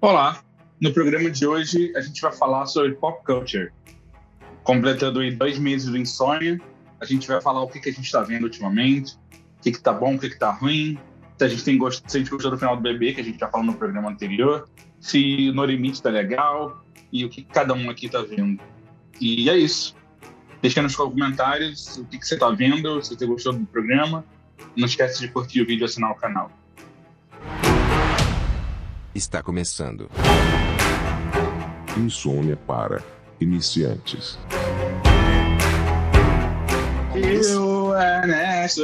Olá, no programa de hoje a gente vai falar sobre pop culture. Completando aí 2 meses de insônia, a gente vai falar o que a gente está vendo ultimamente, o que tá bom, o que tá ruim, se a gente gostou do final do bebê, que a gente já falou no programa anterior, se No Limite tá legal e o que cada um aqui tá vendo. E é isso. Deixa nos comentários o que você tá vendo, se você gostou do programa. Não esquece de curtir o vídeo e assinar o canal. Está começando. Insônia para iniciantes. Eu, Ernesto,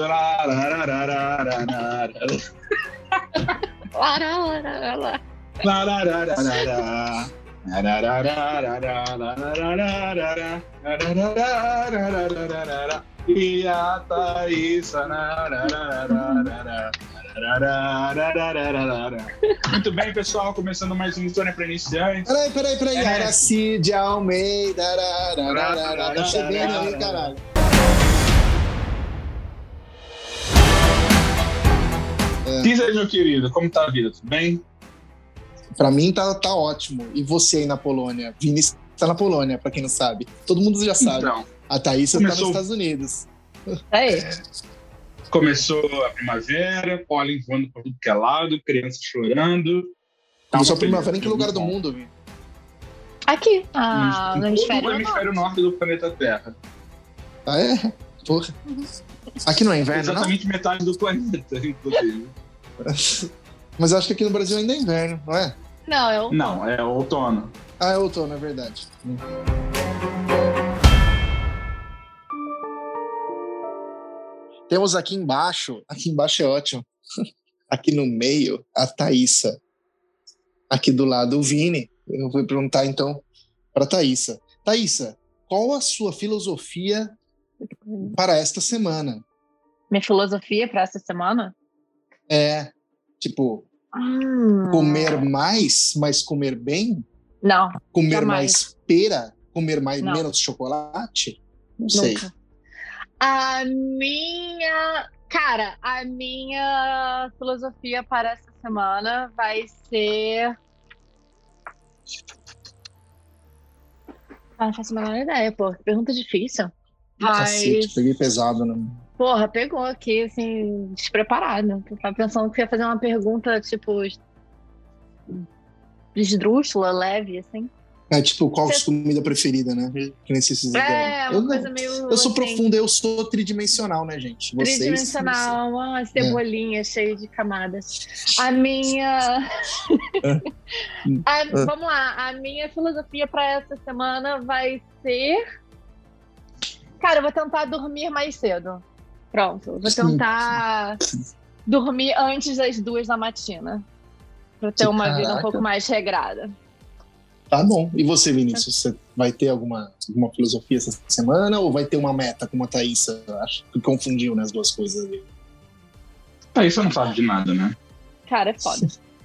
e a Thaísa. Muito bem, pessoal, começando mais um Insônia para Iniciantes. Peraí, Aracide Almeida. Tá chegando aí, caralho. Diz aí, meu querido, como tá a vida? Tudo bem? Pra mim tá ótimo. E você aí na Polônia? Vinícius tá na Polônia, pra quem não sabe. Todo mundo já sabe. Então, a Thaísa tá nos Estados Unidos. Começou a primavera, pólen voando por tudo que é lado, crianças chorando. Começou a primavera em que lugar do mundo, Vini? Aqui, no hemisfério norte do planeta Terra. Ah, é? Porra. Aqui não é inverno, exatamente não? Metade do planeta, inclusive. Mas eu acho que aqui no Brasil ainda é inverno, não é? Não, é outono. Não, é outono. Ah, é outono, é verdade. Temos aqui embaixo é ótimo, aqui no meio, a Thaísa. Aqui do lado, o Vini. Eu vou perguntar, então, para a Thaísa. Thaísa, qual a sua filosofia para esta semana? Minha filosofia para essa semana? É, tipo, comer mais, mas comer bem? Não, comer jamais. Mais pera? Comer menos chocolate? Não sei. A minha filosofia para essa semana vai ser... não faço a menor ideia, pô. Pergunta difícil. Cacete, peguei pesado, né? Porra, pegou aqui, assim, despreparado. Eu tava pensando que ia fazer uma pergunta, tipo, esdrúxula, leve, assim. É tipo, qual a sua comida preferida, né? Que nem se uma coisa meio... Eu sou profundo, eu sou tridimensional, né, gente? Vocês, tridimensional, uma cebolinha cheia de camadas. A minha... vamos lá, a minha filosofia para essa semana vai ser... Cara, eu vou tentar dormir mais cedo. Pronto, vou tentar dormir antes das 2 da matina. Pra ter uma vida um pouco mais regrada. Tá bom. E você, Vinícius? Você vai ter alguma filosofia essa semana ou vai ter uma meta como a Thaísa? Acho que confundiu, né, as duas coisas ali. Thaísa não sabe de nada, né? Cara, é foda.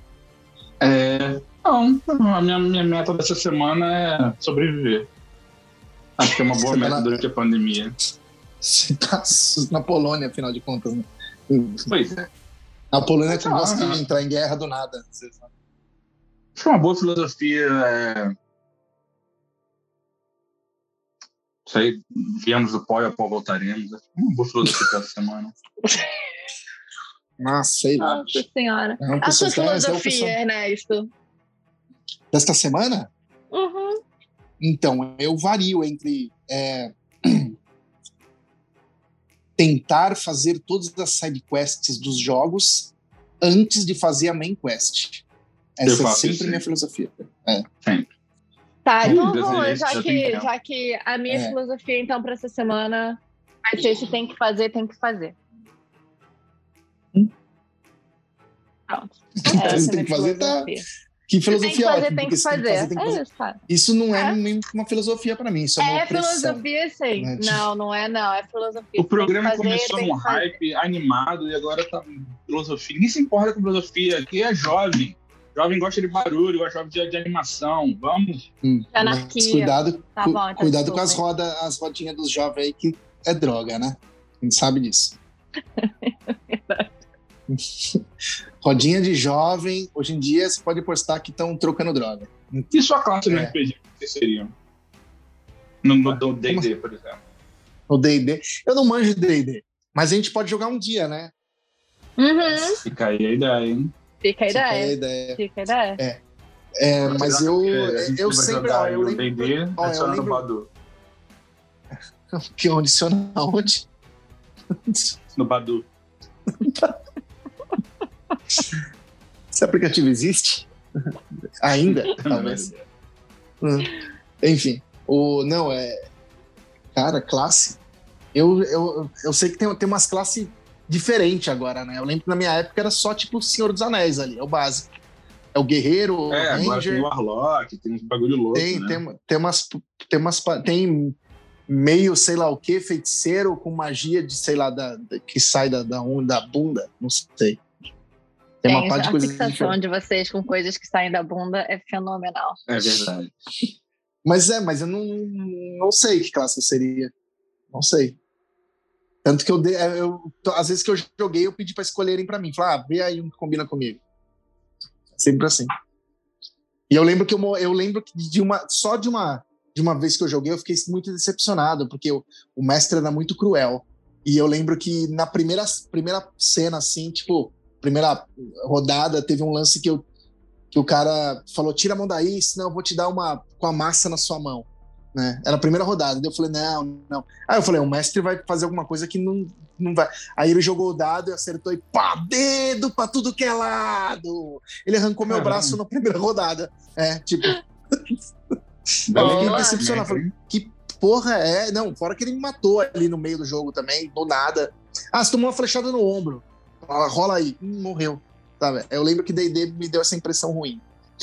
Não, a minha meta dessa semana é sobreviver. Acho que é uma boa meta durante a pandemia. Você tá na Polônia, afinal de contas, né? Pois é. A Polônia que gosta de entrar em guerra do nada. Você sabe. Acho que uma boa filosofia isso aí, viemos do pó e ao pó voltaremos. Acho que uma boa filosofia para essa semana. Nossa, sei lá. Nossa senhora. A sua filosofia, Ernesto? Desta semana? Uhum. Então, eu vario entre tentar fazer todas as sidequests dos jogos antes de fazer a main quest. Essa é sempre minha filosofia. Sempre. Tá, então já que a minha filosofia, então, para essa semana vai ser: se tem que fazer, tem que fazer. Pronto. Essa tem que fazer, tá. Que filosofia ótima. Tem que fazer. Isso, cara. Isso não é uma filosofia pra mim, isso é uma opressão. Filosofia, sim. Né? Não é não, é filosofia. O programa começou num hype animado e agora tá filosofia. Ninguém se importa com filosofia, aqui é jovem. Jovem gosta de barulho, gosta de animação. Vamos. Anarquia. Cuidado, tá bom, cuidado com as rodinhas dos jovens aí, que é droga, né? A gente sabe disso. Rodinha de jovem, hoje em dia você pode postar que estão trocando droga. E sua classe no É. RPG, o que seriam? No D&D, por exemplo. O D&D. Eu não manjo de D&D, mas a gente pode jogar um dia, né? Uhum. Fica aí a ideia, hein? Fica a Fica aí a ideia. ideia. Fica a ideia. Mas eu sempre... Ó, eu lembro D&D, eu adicionando lembro- o Badu. que eu adiciono aonde? No Badu. Esse aplicativo existe? Ainda? Talvez. Enfim. Cara, classe. Eu sei que tem umas classes diferentes agora, né? Eu lembro que na minha época era só tipo o Senhor dos Anéis ali, é o básico. É o guerreiro, o Agora tem ranger. o Warlock, tem uns bagulho louco, né? Tem meio, sei lá o que, feiticeiro com magia de, sei lá, que sai da bunda, não sei. Tem uma parte de a coisas fixação diferentes. de vocês com coisas que saem da bunda é fenomenal. É verdade. Mas eu não sei que classe eu seria. Não sei. Tanto que às vezes que eu joguei, eu pedi pra escolherem pra mim. Falar, vê aí um que combina comigo. Sempre assim. E eu lembro que de uma vez que eu joguei, eu fiquei muito decepcionado, porque o mestre era muito cruel. E eu lembro que na primeira cena, assim, tipo, primeira rodada, teve um lance que o cara falou, tira a mão daí, senão eu vou te dar uma com a massa na sua mão. Né? Era a primeira rodada. Daí eu falei, não. Aí eu falei, o mestre vai fazer alguma coisa que não vai. Aí ele jogou o dado e acertou e pá, dedo pra tudo que é lado. Ele arrancou meu braço na primeira rodada. Tipo... Eu fiquei decepcionado. Falei, que porra é? Não, fora que ele me matou ali no meio do jogo também, do nada. Você tomou uma flechada no ombro. Rola aí. Morreu. Sabe? Eu lembro que D&D me deu essa impressão ruim.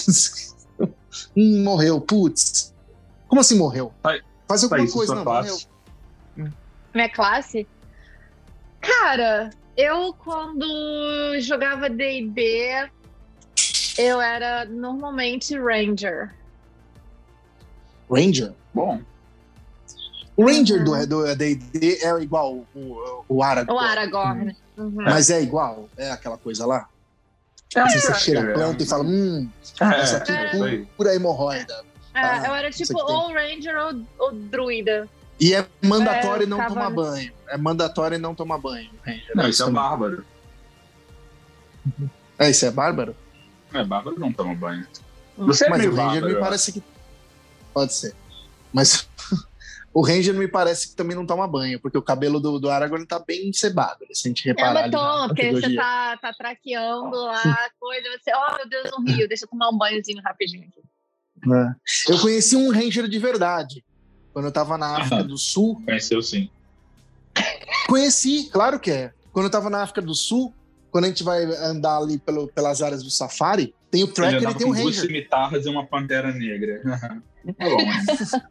Morreu. Putz. Como assim morreu? Faz alguma coisa, não. Morreu. Minha classe? Cara, eu quando jogava D&D, eu era normalmente Ranger. Ranger? Bom. O Ranger do D&D é igual o Aragorn. O Aragorn. Uhum. Mas é igual? É aquela coisa lá? Você cheira a planta e fala, essa aqui é pura hemorroida. Eu era tipo ou Ranger ou Druida. E é mandatório não tomar banho. É mandatório não tomar banho. Ranger. Não, isso é bárbaro. Isso é bárbaro? Bárbaro não toma banho. Você mas é o Ranger bárbaro, me parece que... Pode ser. Mas o Ranger me parece que também não toma banho, porque o cabelo do Aragorn tá bem encebado, se a gente reparar. Porque você tá traqueando lá a coisa, você, meu Deus, um rio, deixa eu tomar um banhozinho rapidinho aqui. Eu conheci um Ranger de verdade, quando eu tava na África do Sul. Conheceu sim. Conheci, claro que é. Quando eu tava na África do Sul, quando a gente vai andar ali pelas áreas do safari, tem o Tracker e tem o Ranger. Duas cimitarras e uma pantera negra. Tá bom, né?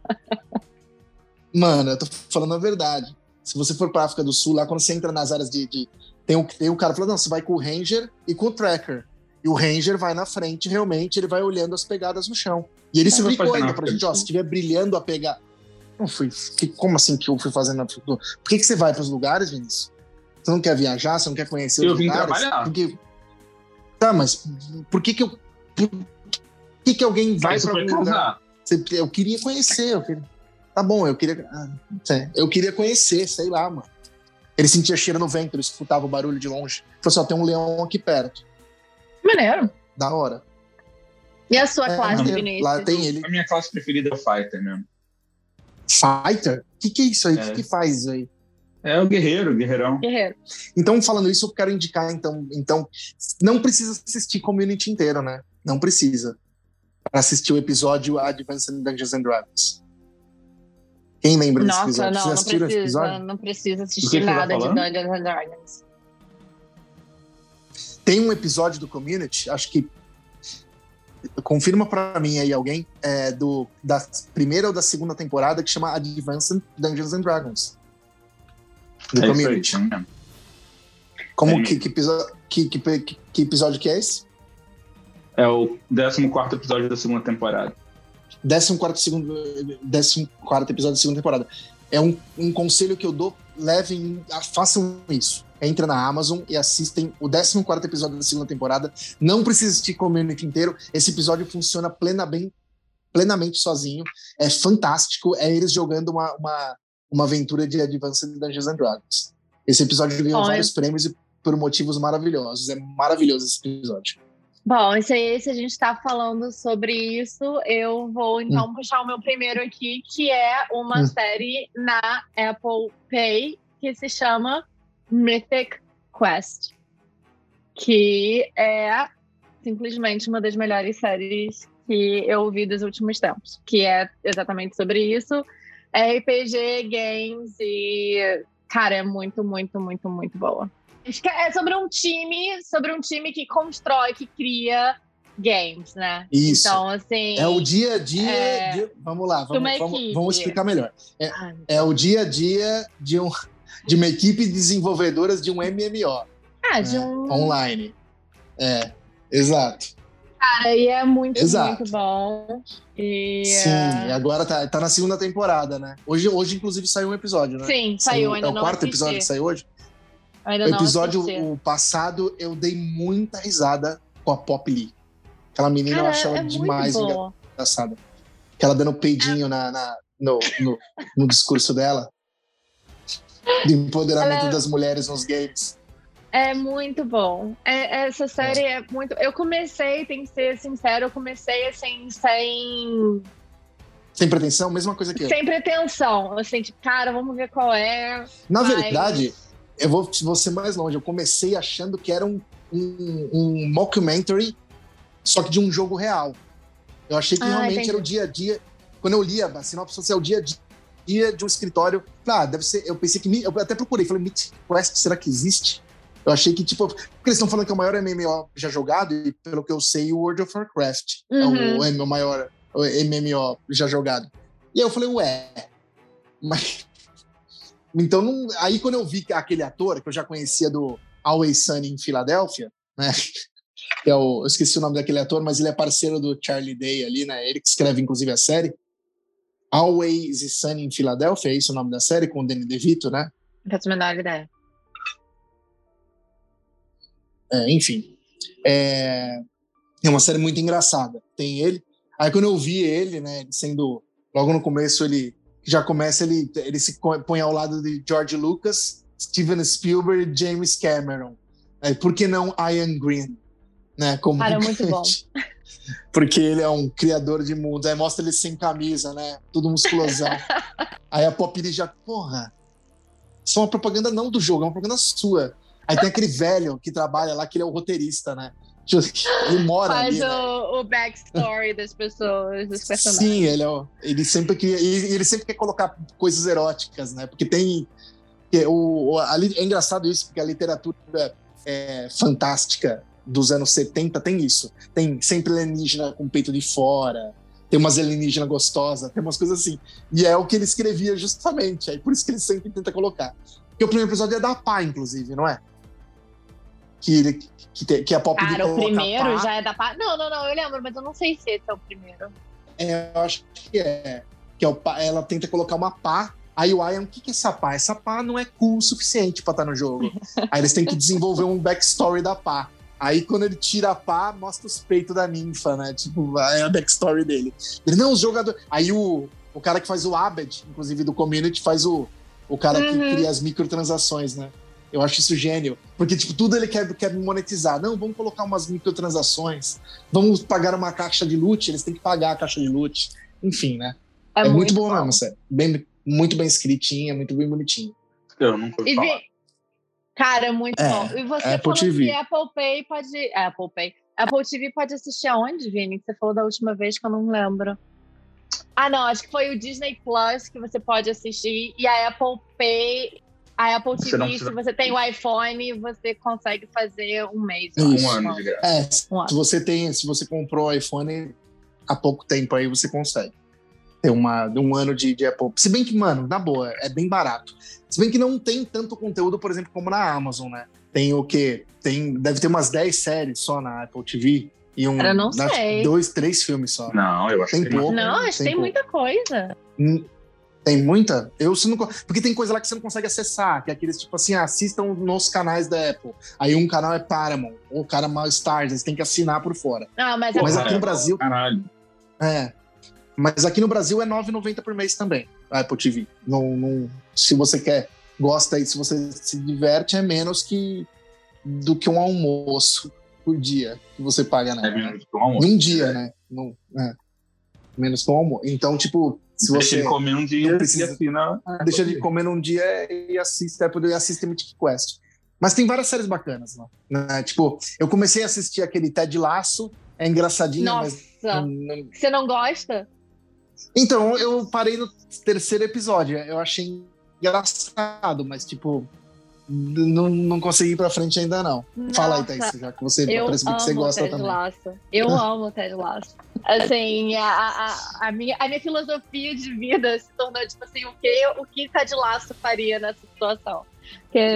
Mano, eu tô falando a verdade. Se você for pra África do Sul, lá quando você entra nas áreas tem um cara falando, não, você vai com o Ranger e com o Tracker. E o Ranger vai na frente, realmente, ele vai olhando as pegadas no chão. E ele explicou ainda pra gente, se estiver brilhando a pegar... Não fui... Como assim que eu fui fazendo na África do Sul? Por que você vai pros lugares, Vinícius? Você não quer viajar? Você não quer conhecer os lugares? Eu vim trabalhar. Porque... Tá, mas por que alguém vai pra algum lugar? Eu queria conhecer, Tá bom, eu queria conhecer, sei lá, mano. Ele sentia cheiro no vento, ele escutava o barulho de longe. Falou assim, tem um leão aqui perto. Maneiro. Da hora. E a sua classe, Vinícius? Lá tem ele. A minha classe preferida é o Fighter mesmo. Fighter? O que é isso aí? O que faz isso aí? É o guerreirão. Guerreiro. Então, falando isso, eu quero indicar, então, não precisa assistir Community inteiro, né? Não precisa. Para assistir o episódio Advanced Dungeons and Dragons. Quem lembra desse episódio? Nossa, não precisa assistir nada de Dungeons and Dragons. Tem um episódio do Community, acho que confirma pra mim aí alguém, da primeira ou da segunda temporada, que chama Advanced Dungeons and Dragons. Do Community. Que episódio que é esse? É o 14º episódio da segunda temporada. 14º episódio da segunda temporada. É um conselho que eu dou, façam isso. entra na Amazon e assistem o 14º episódio da segunda temporada. Não precisa assistir Community inteiro. Esse episódio funciona plenamente sozinho. É fantástico. É eles jogando uma aventura de Advanced Dungeons and Dragons. Esse episódio ganhou vários prêmios e por motivos maravilhosos. É maravilhoso esse episódio. Bom, se a gente está falando sobre isso, eu vou então puxar o meu primeiro aqui, que é uma série na Apple Pay que se chama Mythic Quest, que é simplesmente uma das melhores séries que eu vi dos últimos tempos, que é exatamente sobre isso. É RPG, games e, cara, é muito, muito, muito, muito boa. É sobre um time que constrói, que cria games, né? Isso. Então, assim... É o dia a dia... Vamos lá, vamos explicar melhor. É o dia a dia de uma equipe de desenvolvedoras de um MMO. Online. Exato. Cara, e é muito, muito bom. Sim, agora tá na segunda temporada, né? Hoje, inclusive, saiu um episódio, né? Sim, saiu, ainda não assisti. É o quarto episódio que saiu hoje? O episódio o passado, eu dei muita risada com a Pop Lee. Aquela menina, eu acho ela demais engraçada. Aquela dando peidinho no discurso dela. De empoderamento das mulheres nos games. É muito bom. Essa série é muito... Eu comecei, tem que ser sincero, assim, sem pretensão? Mesma coisa que eu. Sem pretensão. Assim, tipo, cara, vamos ver qual é. Na verdade... Eu vou ser mais longe. Eu comecei achando que era um mockumentary, só que de um jogo real. Eu achei que realmente era o dia a dia. Quando eu lia a sinopse, é o dia a dia de um escritório. Deve ser. Eu pensei que. Eu até procurei. Falei, Mythic Quest, será que existe? Eu achei que, tipo. Porque eles estão falando que é o maior MMO já jogado, e pelo que eu sei, o World of Warcraft é o maior MMO já jogado. E aí eu falei, mas. Então, aí quando eu vi aquele ator, que eu já conhecia do Always Sunny em Filadélfia, né? Que eu esqueci o nome daquele ator, mas ele é parceiro do Charlie Day ali, né? Ele que escreve, inclusive, a série. Always Sunny em Filadélfia, é isso o nome da série, com o Danny DeVito, né? Não faço a menor ideia. Enfim. É uma série muito engraçada. Tem ele. Aí quando eu vi ele, né, sendo... Logo no começo, ele... Já começa, ele se põe ao lado de George Lucas, Steven Spielberg e James Cameron. Por que não Ian Green? Né, Cara, muito bom. Porque ele é um criador de mundos. Aí mostra ele sem camisa, né? Tudo musculosão. Aí a Pop Lee já, porra, isso é uma propaganda não do jogo, é uma propaganda sua. Aí tem aquele velho que trabalha lá, que ele é o roteirista, né? Ele mora Faz ali, o backstory das pessoas, dos personagens. Sim, ele sempre quer colocar coisas eróticas, né? Porque tem... É engraçado isso, porque a literatura fantástica dos anos 70 tem isso. Tem sempre alienígena com o peito de fora, tem umas alienígenas gostosas, tem umas coisas assim. E é o que ele escrevia justamente, aí por isso que ele sempre tenta colocar. Porque o primeiro episódio é da Pá, inclusive, não é? Que a Pop Lee coloca. Cara, o primeiro já é da Pá? Não, eu lembro, mas eu não sei se esse é o primeiro. Eu acho que é. Ela tenta colocar uma pá. Aí o Ian, o que é essa pá? Essa pá não é cool o suficiente pra estar no jogo. Aí eles têm que desenvolver um backstory da pá. Aí quando ele tira a pá, mostra os peitos da ninfa, né? Tipo, é a backstory dele. Ele, não, os jogadores... Aí o cara que faz o Abed, inclusive do Community, faz o cara que cria as microtransações, né? Eu acho isso gênio. Porque, tipo, tudo ele quer monetizar. Não, vamos colocar umas microtransações. Vamos pagar uma caixa de loot. Eles têm que pagar a caixa de loot. Enfim, né? É muito bom mesmo, sério. Muito bem escritinha, muito bem bonitinha. Eu nunca ouvi falar. Cara, muito bom. E você Apple falou TV. que Apple TV pode assistir aonde, Vini? Que você falou da última vez que eu não lembro. Não, acho que foi o Disney Plus que você pode assistir. E a Apple Pay... A Apple TV, se você tem o iPhone, você consegue fazer um mês. Um ano de graça. Se você comprou o iPhone há pouco tempo aí, você consegue ter um ano de Apple. Se bem que, mano, na boa, é bem barato. Se bem que não tem tanto conteúdo, por exemplo, como na Amazon, né? Tem o quê? Deve ter umas 10 séries só na Apple TV. E eu não sei. 2, 3 filmes só. Não, eu acho tem que pouco. Não, acho que tem muita coisa. Tem muita? Porque tem coisa lá que você não consegue acessar, que é aqueles tipo assim, assistam nos canais da Apple. Aí um canal é Paramount, ou Paramount Stars, você tem que assinar por fora. Mas aqui no Brasil... Caralho. Mas aqui no Brasil é R$ 9,90 por mês também, a Apple TV. Se você gosta e se você se diverte, é menos do que um almoço por dia que você paga, né? É menos que um almoço. Um dia, né? Menos que um almoço. Então, tipo, se você... Deixa de comer um dia e assina... Deixa de comer um dia e assiste Apple e assiste Mythic Quest. Mas tem várias séries bacanas lá, né? Tipo, eu comecei a assistir aquele Ted Lasso, é engraçadinho, Nossa, mas... Você não gosta? Então, eu parei no 3º episódio. Eu achei engraçado, mas, tipo, não consegui ir pra frente ainda, não. Nossa, fala aí, Thaís, já que você parece que você gosta também. Eu amo o Ted Lasso. Assim, a minha filosofia de vida se tornou, tipo assim, o que Ted Lasso faria nessa situação? Porque,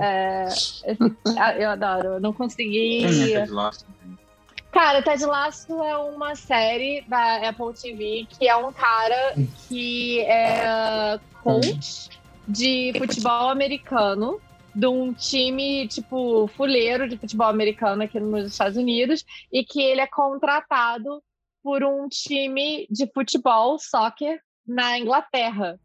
eu adoro, eu não consegui... Ted Lasso. Cara, Ted Lasso é uma série da Apple TV que é um cara que é coach de futebol americano, de um time, tipo, fuleiro de futebol americano aqui nos Estados Unidos, e que ele é contratado por um time de futebol, soccer, na Inglaterra,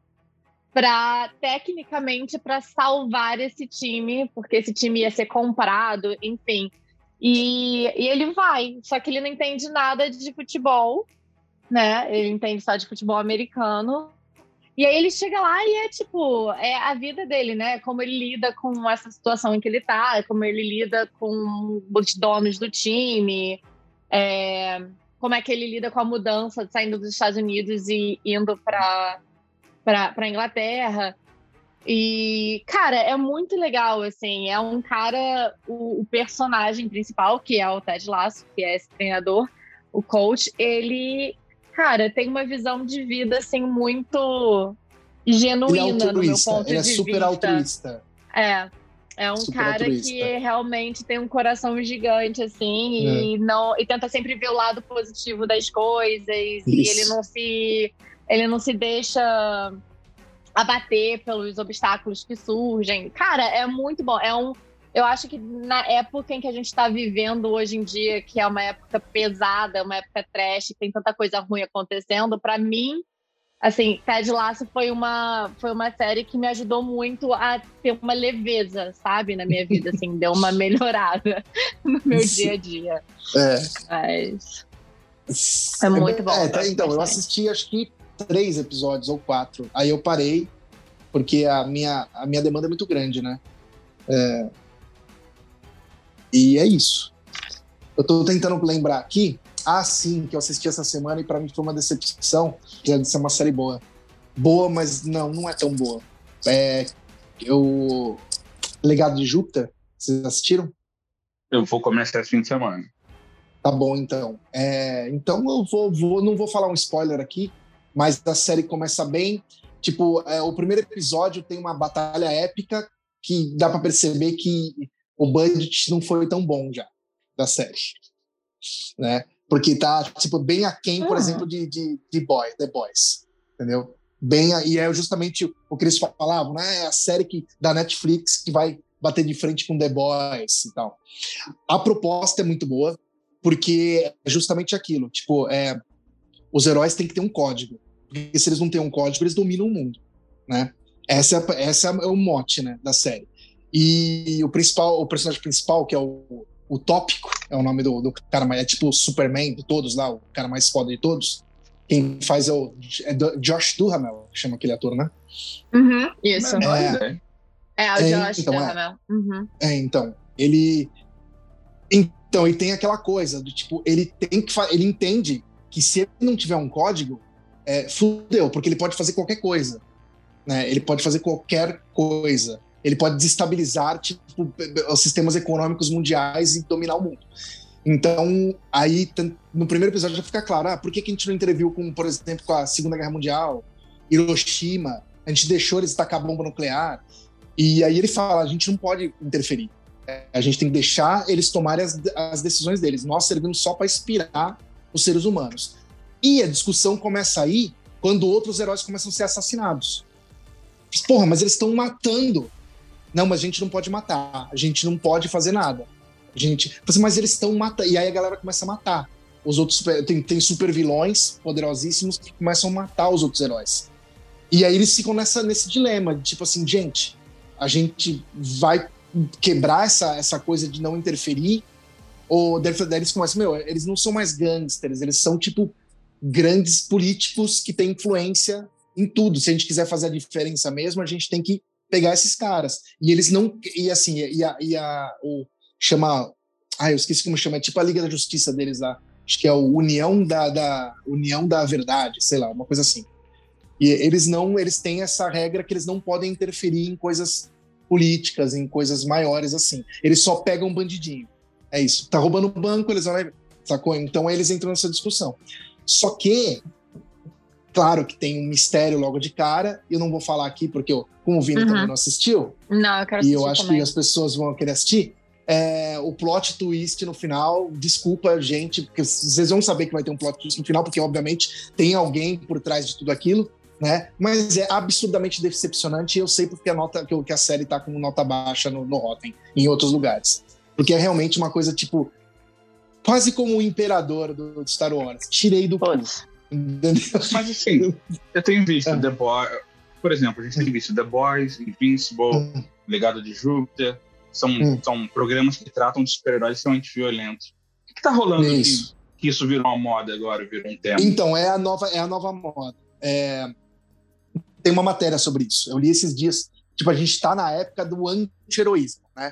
tecnicamente, para salvar esse time, porque esse time ia ser comprado, enfim... E ele vai, só que ele não entende nada de futebol, né? Ele entende só de futebol americano. E aí ele chega lá e é tipo, é a vida dele, né? Como ele lida com essa situação em que ele tá, como ele lida com os donos do time, como é que ele lida com a mudança, saindo dos Estados Unidos e indo para Inglaterra. E, cara, é muito legal, assim, é um cara, o personagem principal, que é o Ted Lasso, que é esse treinador, o coach, ele, cara, tem uma visão de vida, assim, muito genuína, no meu ponto de vista. Ele é super altruísta. É um super cara altruísta. que realmente tem um coração gigante, assim, e tenta sempre ver o lado positivo das coisas, e ele não se deixa... abater pelos obstáculos que surgem. Cara, é muito bom. Eu acho que na época em que a gente está vivendo hoje em dia, que é uma época pesada, uma época trash, tem tanta coisa ruim acontecendo, para mim, assim, Ted Lasso foi uma série que me ajudou muito a ter uma leveza, sabe, na minha vida, assim, deu uma melhorada no meu dia a dia. Mas é muito bom. Então, eu assisti, acho que 3 episódios ou 4. Aí eu parei, porque a minha demanda é muito grande, né? E é isso. Eu tô tentando lembrar aqui. Sim, que eu assisti essa semana e pra mim foi uma decepção. Já de ser uma série boa. Boa, mas não é tão boa. O Legado de Júpiter, vocês assistiram? Eu vou começar esse fim de semana. Tá bom, então. Então eu não vou falar um spoiler aqui, mas a série começa bem. Tipo, o primeiro episódio tem uma batalha épica que dá pra perceber que o budget não foi tão bom já da série, né? Porque tá, tipo, bem aquém, por exemplo, de The Boys, entendeu? E é justamente o que eles falavam, né? É a série da Netflix que vai bater de frente com The Boys e tal. A proposta é muito boa, porque é justamente aquilo, tipo, os heróis têm que ter um código. Porque se eles não têm um código, eles dominam o mundo, né? Essa é o mote, né, da série. E o personagem principal, que é o Tópico, é o nome do cara mais... É tipo o Superman de todos lá, o cara mais foda de todos. Quem faz é o Josh Duhamel, que chama aquele ator, né? Uhum, isso. O Josh Duhamel. Então, ele... Então, ele tem aquela coisa do tipo, ele entende que se ele não tiver um código, fudeu, porque ele pode fazer qualquer coisa, né? Ele pode fazer qualquer coisa. Ele pode desestabilizar, tipo, os sistemas econômicos mundiais e dominar o mundo. Então, aí, no primeiro episódio já fica claro, por que a gente não interviu com, por exemplo, com a Segunda Guerra Mundial, Hiroshima, a gente deixou eles tacar bomba nuclear, e aí ele fala, a gente não pode interferir. A gente tem que deixar eles tomarem as decisões deles. Nós servimos só para inspirar os seres humanos. E a discussão começa aí quando outros heróis começam a ser assassinados. Porra, mas eles estão matando. Não, mas a gente não pode matar. A gente não pode fazer nada. Mas eles estão matando. E aí a galera começa a matar. Os outros tem super vilões poderosíssimos que começam a matar os outros heróis. E aí eles ficam nesse dilema, de tipo assim, gente, a gente vai quebrar essa coisa de não interferir, ou daí eles começam, eles não são mais gangsters, eles são tipo grandes políticos que têm influência em tudo. Se a gente quiser fazer a diferença mesmo, a gente tem que pegar esses caras. E eles não... E assim, chama... eu esqueci como chama, é tipo a Liga da Justiça deles lá. Acho que é o União da Verdade, sei lá, uma coisa assim. E eles têm essa regra que eles não podem interferir em coisas políticas, em coisas maiores assim. Eles só pegam bandidinho. É isso. Tá roubando o banco, eles vão lá, sacou? Então eles entram nessa discussão. Só que, claro que tem um mistério logo de cara, eu não vou falar aqui porque como o Vini também não assistiu, não, eu quero assistir e eu acho também. que as pessoas vão querer assistir, o plot twist no final, desculpa, gente, porque vocês vão saber que vai ter um plot twist no final, porque obviamente tem alguém por trás de tudo aquilo, né? Mas é absurdamente decepcionante, e eu sei porque que a série tá com nota baixa no Rotten, em outros lugares. Porque é realmente uma coisa, tipo, quase como o imperador do Star Wars. Tirei do cu. Entendeu? Mas assim, eu tenho visto The Boys, por exemplo, a gente tem visto The Boys, Invincible, Legado de Júpiter. São programas que tratam de super-heróis extremamente violentos. O que tá rolando que isso virou uma moda agora, virou um tema? Então, é a nova moda. Tem uma matéria sobre isso. Eu li esses dias. Tipo, a gente tá na época do anti-heroísmo, né?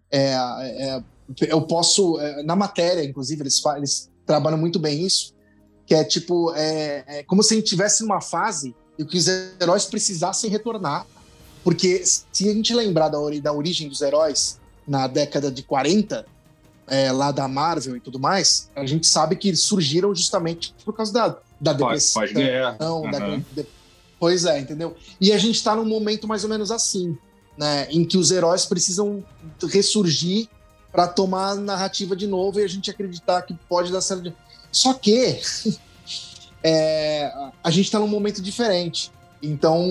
Eu posso... na matéria, inclusive, eles trabalham muito bem isso, que é tipo... como se a gente estivesse numa fase em que os heróis precisassem retornar. Porque se a gente lembrar da origem dos heróis na década de 40, lá da Marvel e tudo mais, a gente sabe que eles surgiram justamente por causa da depressão. Pós-guerra. Pois é, entendeu? E a gente tá num momento mais ou menos assim, né? Em que os heróis precisam ressurgir para tomar a narrativa de novo e a gente acreditar que pode dar certo. Só que a gente tá num momento diferente. Então,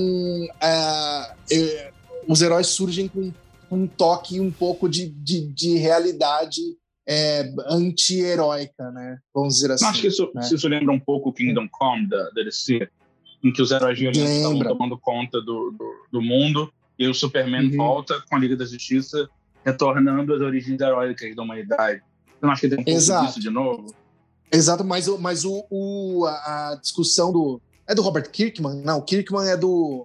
os heróis surgem com um toque um pouco de realidade anti-heróica, né? Vamos dizer assim. Acho que isso lembra um pouco o Kingdom Come da DC, em que os heróis violentos estavam tomando conta do mundo e o Superman volta com a Liga da Justiça, retornando às origens heróicas da humanidade. Eu não acho que tem um pouco disso de novo? Exato, mas a discussão é do Robert Kirkman? Não, o Kirkman é do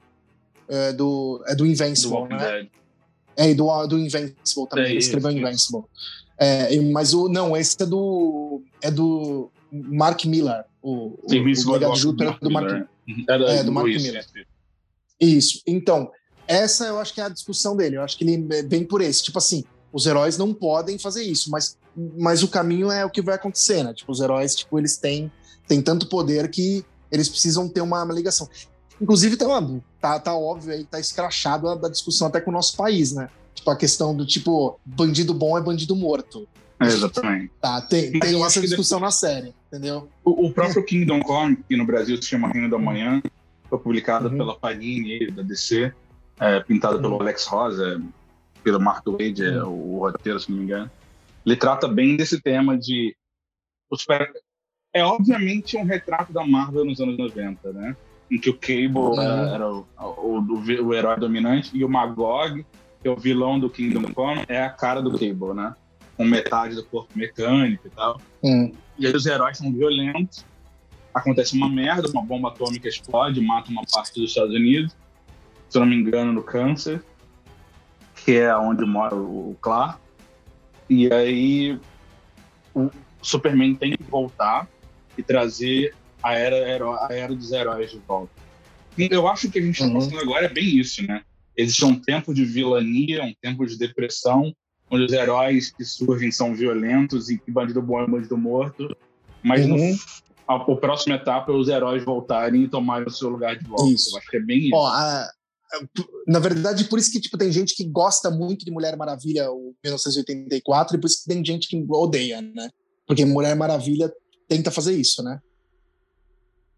Invincible, né? E do Invincible também, ele escreveu Invincible. Mas esse é do Mark Millar. O Legado de Júpiter é do Mark Millar. Isso. Então, essa eu acho que é a discussão dele. Eu acho que ele vem por esse. Tipo assim, os heróis não podem fazer isso, mas o caminho é o que vai acontecer, né? Tipo, os heróis, tipo, eles têm tanto poder que eles precisam ter uma ligação. Inclusive, tá óbvio aí, tá escrachado a discussão até com o nosso país, né? Tipo, a questão do tipo, bandido bom é bandido morto. Exatamente. Tem essa discussão na série, entendeu? O próprio Kingdom Come, que no Brasil se chama Reino da Manhã, foi publicado pela Panini da DC, pintado pelo Alex Rosa, pelo Mark Waid, o roteiro, se não me engano. Ele trata bem desse tema de... obviamente um retrato da Marvel nos anos 90, né? Em que o Cable era o herói dominante e o Magog, que é o vilão do Kingdom Come, é a cara do Cable, né? Com metade do corpo mecânico e tal. E aí os heróis são violentos, acontece uma merda, uma bomba atômica explode, mata uma parte dos Estados Unidos, se eu não me engano, no Kansas, que é onde mora o Clark. E aí o Superman tem que voltar e trazer a era dos heróis de volta. E eu acho que a gente está passando agora é bem isso, né? Existe um tempo de vilania, um tempo de depressão, onde os heróis que surgem são violentos e que bandido bom é bandido morto, mas a próxima etapa é os heróis voltarem e tomarem o seu lugar de volta. Isso. Eu acho que é bem isso. Na verdade, por isso que tipo, tem gente que gosta muito de Mulher Maravilha, o 1984, e por isso que tem gente que odeia, né? Porque Mulher Maravilha tenta fazer isso, né?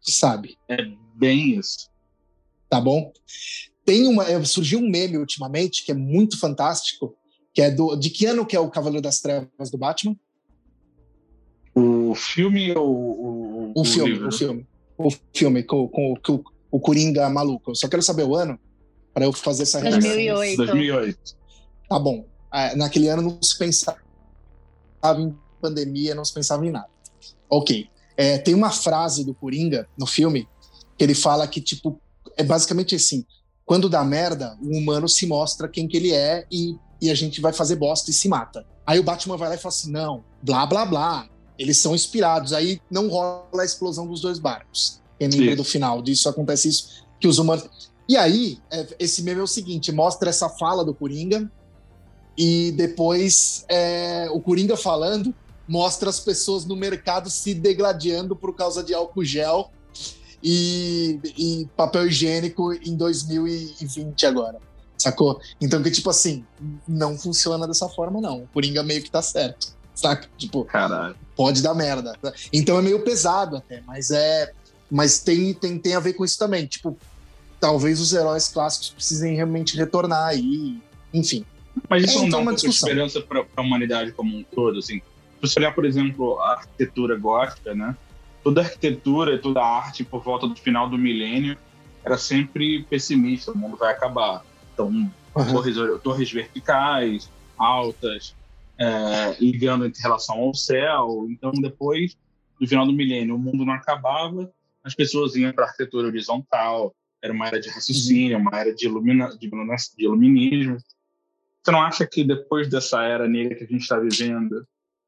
sabe? É bem isso. Tá bom? Surgiu um meme ultimamente que é muito fantástico, que é de que ano que é o Cavaleiro das Trevas do Batman? O filme ou O filme, livro? O filme com o Coringa maluco. Eu só quero saber o ano para eu fazer essa relação. 2008. 2008. Tá bom. Naquele ano não se pensava em pandemia, não se pensava em nada. Ok. Tem uma frase do Coringa no filme que ele fala que, tipo, é basicamente assim: quando dá merda, o humano se mostra quem que ele é e a gente vai fazer bosta e se mata. Aí o Batman vai lá e fala assim: não, blá, blá, blá. Eles são inspirados. Aí não rola a explosão dos dois barcos. Quem lembra do final disso? Acontece isso, que os humanos... E aí, esse meme é o seguinte: mostra essa fala do Coringa e depois o Coringa falando mostra as pessoas no mercado se degladiando por causa de álcool gel e papel higiênico em 2020 agora, sacou? Então, que tipo assim, não funciona dessa forma, não. O Coringa meio que tá certo, saca? Tipo, caralho, pode dar merda. Então é meio pesado até, mas tem a ver com isso também. Tipo, talvez os heróis clássicos precisem realmente retornar aí, enfim. Mas isso não dá então, um pouco de esperança para a humanidade como um todo, assim. Se você olhar, por exemplo, a arquitetura gótica, né? Toda a arquitetura e toda a arte por volta do final do milênio era sempre pessimista, o mundo vai acabar. Então, torres verticais, altas, ligando em relação ao céu. Então, depois do final do milênio, o mundo não acabava, as pessoas iam para a arquitetura horizontal, era uma era de raciocínio, uma era de iluminismo. Você não acha que depois dessa era negra que a gente está vivendo,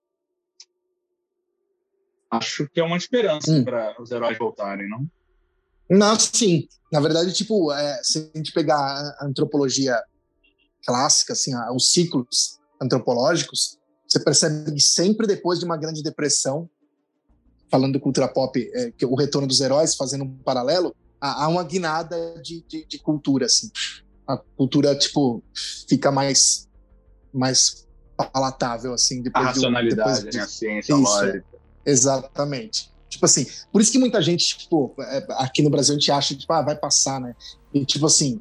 acho que é uma esperança para os heróis voltarem, não? Não, sim. Na verdade, tipo, se a gente pegar a antropologia clássica, assim, os ciclos antropológicos, você percebe que sempre depois de uma grande depressão, falando de cultura pop, que o retorno dos heróis, fazendo um paralelo, há uma guinada de cultura, assim. A cultura, tipo, fica mais palatável, assim, depois a racionalidade, depois né? A ciência, a lógica. Exatamente. Tipo assim, por isso que muita gente, tipo, aqui no Brasil a gente acha, tipo, vai passar, né? E tipo assim,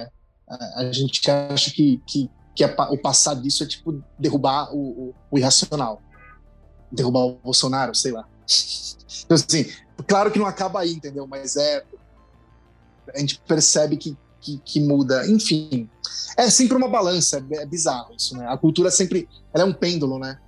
a gente acha que o passar disso é, tipo, derrubar o irracional. Derrubar o Bolsonaro, sei lá. Então, assim, claro que não acaba aí, entendeu? Mas a gente percebe que muda. Enfim, é sempre uma balança, é bizarro isso, né? A cultura sempre, ela é um pêndulo, né?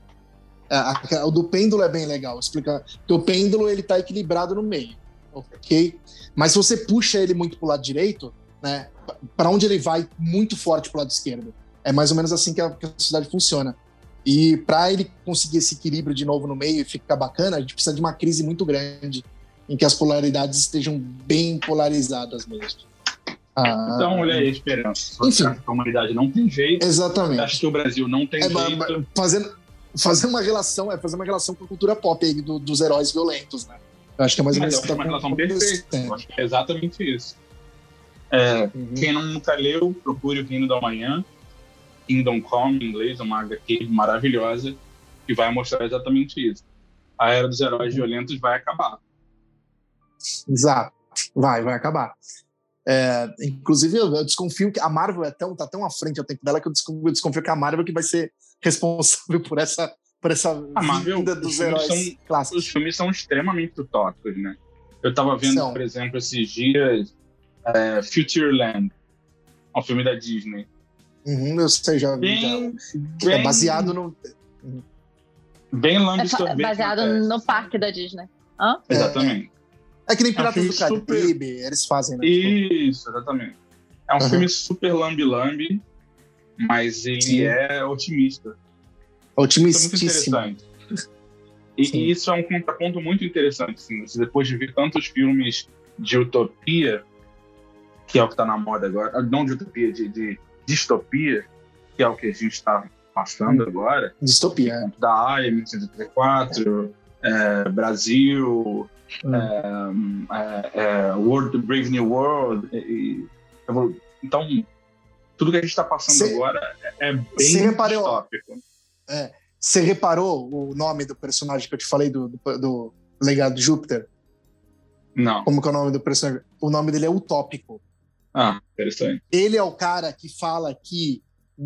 O do pêndulo é bem legal, explicar. Porque o pêndulo, ele tá equilibrado no meio, ok? Mas se você puxa ele muito pro lado direito, né? Para onde ele vai muito forte pro lado esquerdo. É mais ou menos assim que a sociedade funciona. E para ele conseguir esse equilíbrio de novo no meio e ficar bacana, a gente precisa de uma crise muito grande em que as polaridades estejam bem polarizadas mesmo. Então, olha aí a esperança. Enfim, a humanidade não tem jeito. Exatamente. Acho que o Brasil não tem jeito. Fazer uma relação com a cultura pop aí, dos heróis violentos, né? Eu acho que é mais ou menos uma relação perfeita. Eu acho que é exatamente isso. Quem nunca leu, procure o Reino da Manhã, Kingdom Come, em inglês, uma HQ maravilhosa, que vai mostrar exatamente isso. A era dos heróis violentos vai acabar. Exato. Vai acabar. Inclusive, eu desconfio que a Marvel tá tão à frente ao tempo dela que eu desconfio que a Marvel que vai ser responsável por essa vinda dos heróis clássicos. Os filmes são extremamente utópicos, né? Eu tava vendo, por exemplo, esses dias Futureland, um filme da Disney. Eu sei, já é baseado no... Bem Land Sorvete. Baseado no parque da Disney. Hã? Exatamente. É que nem Piratas do Caribe, eles fazem, né? Isso, exatamente. É um filme super lambi-lambi, mas ele é otimista. Otimistíssimo. É muito interessante. E isso é um contraponto muito interessante. Assim, depois de ver tantos filmes de utopia, que é o que está na moda agora, não de utopia, de distopia, que é o que a gente está passando agora. Distopia. Da AIA, 1984, Brasil, World, The Brave New World. Então, tudo que a gente está passando agora é bem distópico. Você reparou o nome do personagem que eu te falei do Legado de Júpiter? Não. Como que é o nome do personagem? O nome dele é Utópico. Ah, interessante. Ele é o cara que fala que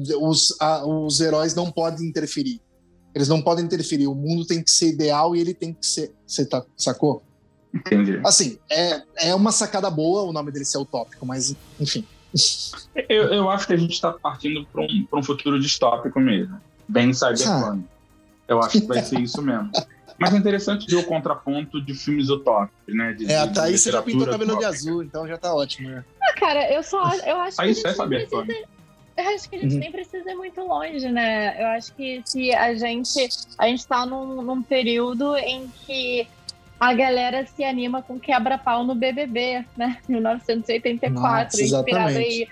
os heróis não podem interferir. Eles não podem interferir. O mundo tem que ser ideal e ele tem que ser... Você sacou? Entendi. Assim, é uma sacada boa o nome dele ser Utópico, mas, enfim. Eu acho que a gente está partindo para um futuro distópico mesmo. Bem cyberpunk. Eu acho que vai ser isso mesmo. Mas é interessante ver o contraponto de filmes utópicos, né? A Thaís já pintou o cabelo utópica. de azul, então já tá ótimo, né? Cara, eu acho Aí isso é cyberpunk. Eu acho que a gente nem precisa ir muito longe, né? Eu acho que se a gente tá num período em que a galera se anima com quebra-pau no BBB, né? 1984, Nossa, inspirado aí,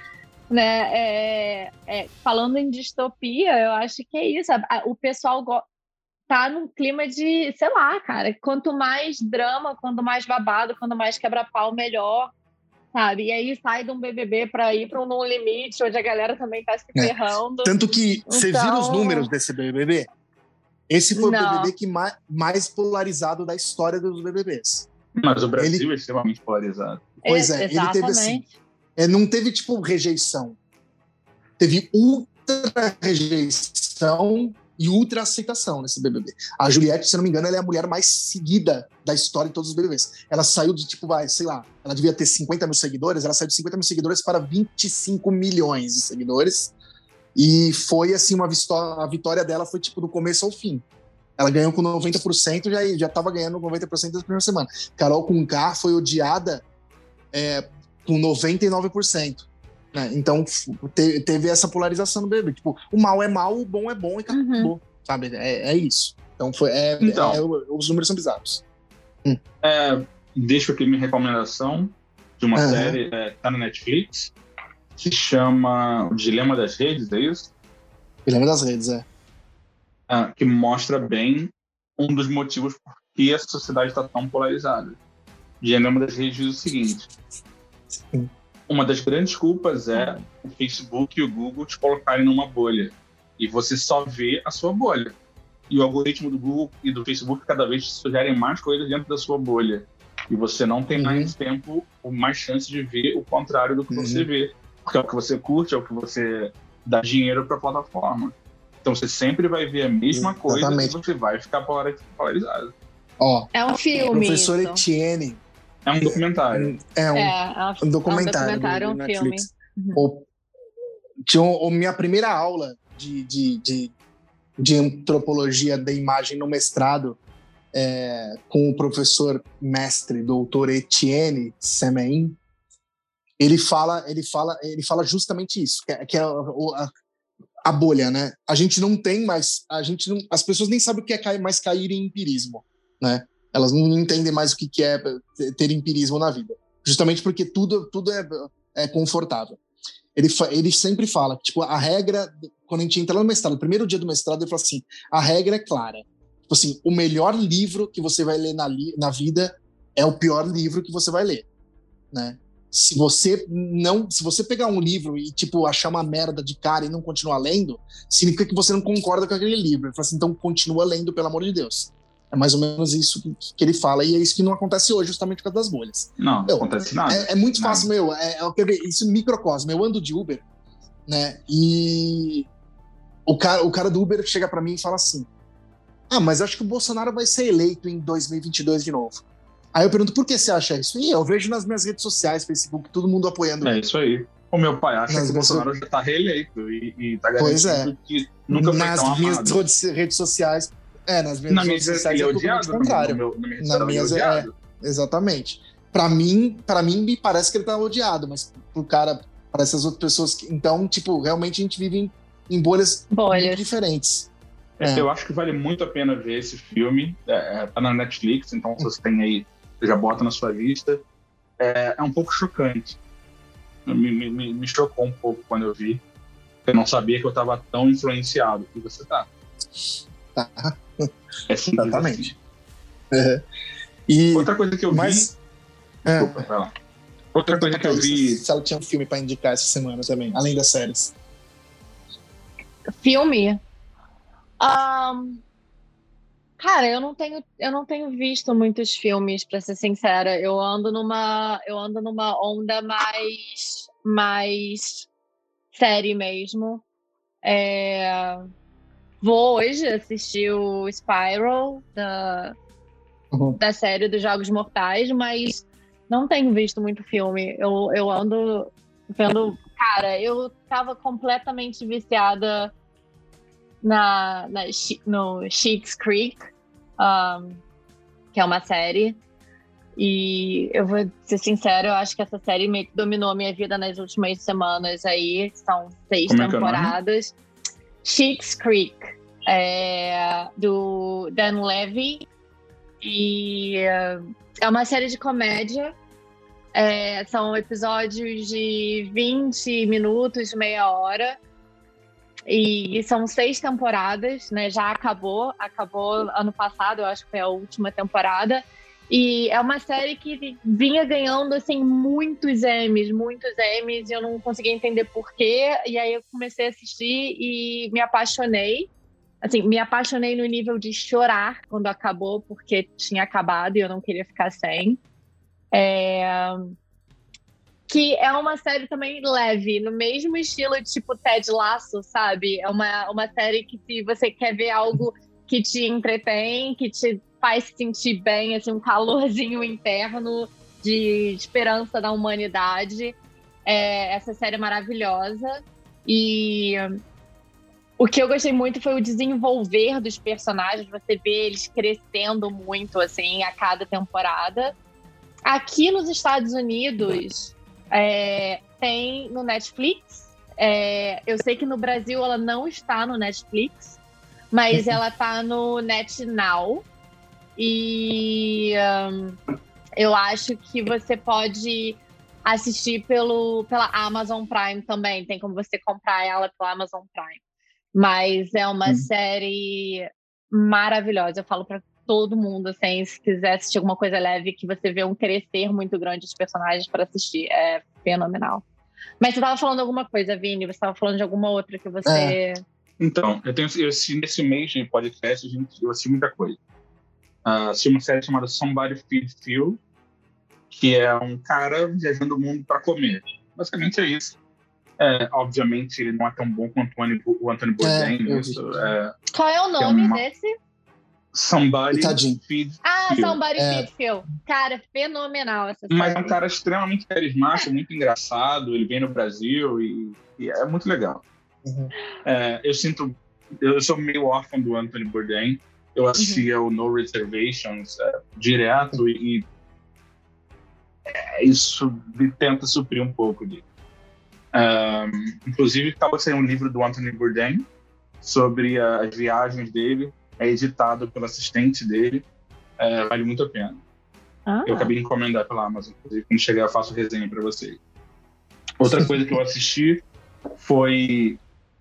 né? Falando em distopia, eu acho que é isso. O pessoal tá num clima de, sei lá, cara, quanto mais drama, quanto mais babado, quanto mais quebra-pau, melhor. Sabe? E aí sai de um BBB para ir para um No Limite, onde a galera também tá se ferrando. Tanto que você viu os números desse BBB? Esse foi o BBB que mais polarizado da história dos BBBs. Mas o Brasil é extremamente polarizado. Pois ele teve assim... não teve, tipo, rejeição. Teve ultra rejeição e ultra aceitação nesse BBB. A Juliette, se não me engano, ela é a mulher mais seguida da história de todos os BBBs. Ela saiu de, tipo, sei lá, ela devia ter 50 mil seguidores, ela saiu de 50 mil seguidores para 25 milhões de seguidores. E foi, assim, a vitória dela foi, tipo, do começo ao fim. Ela ganhou com 90%, já tava ganhando 90% da primeira semana. Carol Conká foi odiada com 99%. Né? Então, teve essa polarização no BBB. Tipo, o mal é mal, o bom é bom e acabou. Sabe? É isso. Então, os números são bizarros. Deixo aqui minha recomendação de uma série, tá na Netflix, que chama O Dilema das Redes, é isso? Dilema das Redes, que mostra bem um dos motivos por que a sociedade está tão polarizada. O Dilema das Redes diz o seguinte: uma das grandes culpas é o Facebook e o Google te colocarem numa bolha. E você só vê a sua bolha. E o algoritmo do Google e do Facebook cada vez te sugerem mais coisas dentro da sua bolha. E você não tem mais tempo ou mais chance de ver o contrário do que você vê. Porque é o que você curte, é o que você dá dinheiro para a plataforma. Então você sempre vai ver a mesma coisa e você vai ficar polarizado. É um filme. Professor Etienne. É um documentário. Um documentário. Um filme. Minha primeira aula de antropologia da imagem no mestrado com o professor mestre, doutor Etienne Semein, ele fala justamente isso, que é a bolha, né? A gente não tem mais, as pessoas nem sabem o que é mais cair em empirismo, né? Elas não entendem mais o que é ter empirismo na vida. Justamente porque tudo é confortável. Ele sempre fala que, tipo, a regra, quando a gente entra no mestrado, no primeiro dia do mestrado, ele fala assim, a regra é clara. Tipo assim, o melhor livro que você vai ler na vida é o pior livro que você vai ler, né? Se você pegar um livro e, tipo, achar uma merda de cara e não continuar lendo, significa que você não concorda com aquele livro. Ele fala assim, então continua lendo, pelo amor de Deus. É mais ou menos isso que ele fala, e é isso que não acontece hoje, justamente por causa das bolhas. Não acontece nada. É muito fácil, isso é microcosmo. Eu ando de Uber, né, e o cara do Uber chega pra mim e fala assim, mas acho que o Bolsonaro vai ser eleito em 2022 de novo. Aí eu pergunto, por que você acha isso? E eu vejo nas minhas redes sociais, Facebook, todo mundo apoiando. É isso aí. O meu pai acha que o Bolsonaro já tá reeleito e tá garantindo que nunca foi tão amado. Nas minhas redes sociais... nas minhas redes sociais ele é odiado, contrário. Na minha rede social, exatamente. Pra mim me parece que ele tá odiado, mas pro cara, para essas outras pessoas... Então, tipo, realmente a gente vive em bolhas muito diferentes. Eu acho que vale muito a pena ver esse filme. Tá na Netflix, então se você tem aí, você já bota na sua lista. É um pouco chocante. Me chocou um pouco quando eu vi. Eu não sabia que eu estava tão influenciado. E você tá. Tá. É simples. Exatamente. Assim. E outra coisa que eu vi... Desculpa, vai lá. Outra coisa que eu vi... Se ela tinha um filme para indicar essa semana também, além das séries. Filme? Cara, eu não tenho visto muitos filmes, pra ser sincera. Eu ando numa onda mais série mesmo. Vou hoje assistir o Spiral Uhum. da série dos Jogos Mortais, mas não tenho visto muito filme. Eu ando vendo. Cara, eu tava completamente viciada no Schitt's Creek, que é uma série. E eu vou ser sincera, eu acho que essa série meio que dominou a minha vida nas últimas semanas aí. São 6 Como é que é o nome? temporadas. Schitt's Creek, do Dan Levy. E é uma série de comédia. São episódios de 20 minutos, meia hora. E são 6 temporadas, né? Já acabou ano passado, eu acho que foi a última temporada. E é uma série que vinha ganhando, assim, muitos Emmys, e eu não conseguia entender por quê. E aí eu comecei a assistir e me apaixonei. Assim, me apaixonei no nível de chorar quando acabou, porque tinha acabado e eu não queria ficar sem. Que é uma série também leve, no mesmo estilo de tipo Ted Lasso, sabe? É uma série que, se você quer ver algo que te entretém, que te faz se sentir bem, assim, um calorzinho interno de esperança da humanidade, essa série é maravilhosa. E o que eu gostei muito foi o desenvolver dos personagens, você vê eles crescendo muito, assim, a cada temporada. Aqui nos Estados Unidos, tem no Netflix. Eu sei que no Brasil ela não está no Netflix, mas ela está no NetNow. E eu acho que você pode assistir pela Amazon Prime também. Tem como você comprar ela pela Amazon Prime. Mas é uma série maravilhosa. Eu falo pra todo mundo, assim, se quiser assistir alguma coisa leve, que você vê um crescer muito grande dos personagens para assistir. É fenomenal. Mas você tava falando alguma coisa, Vini? Você tava falando de alguma outra que você... Então, eu assisti nesse mês de podcast, eu assisti muita coisa. Assisti uma série chamada Somebody Feed Phil, que é um cara viajando o mundo para comer. Basicamente é isso. Obviamente, ele não é tão bom quanto o Anthony Bourdain. Qual é o nome desse? Somebody Feed Phil. Somebody Feed Phil. Cara, fenomenal essa série. Mas é um cara extremamente carismático, muito engraçado. Ele vem no Brasil e é muito legal. Uhum. Eu sou meio órfão do Anthony Bourdain. Eu assistia o No Reservations direto e isso tenta suprir um pouco disso. Inclusive, estava saindo um livro do Anthony Bourdain sobre as viagens dele. É editado pelo assistente dele. Vale muito a pena. Eu acabei de encomendar pela Amazon. Inclusive, quando chegar, eu faço resenha para vocês. Outra coisa que eu assisti foi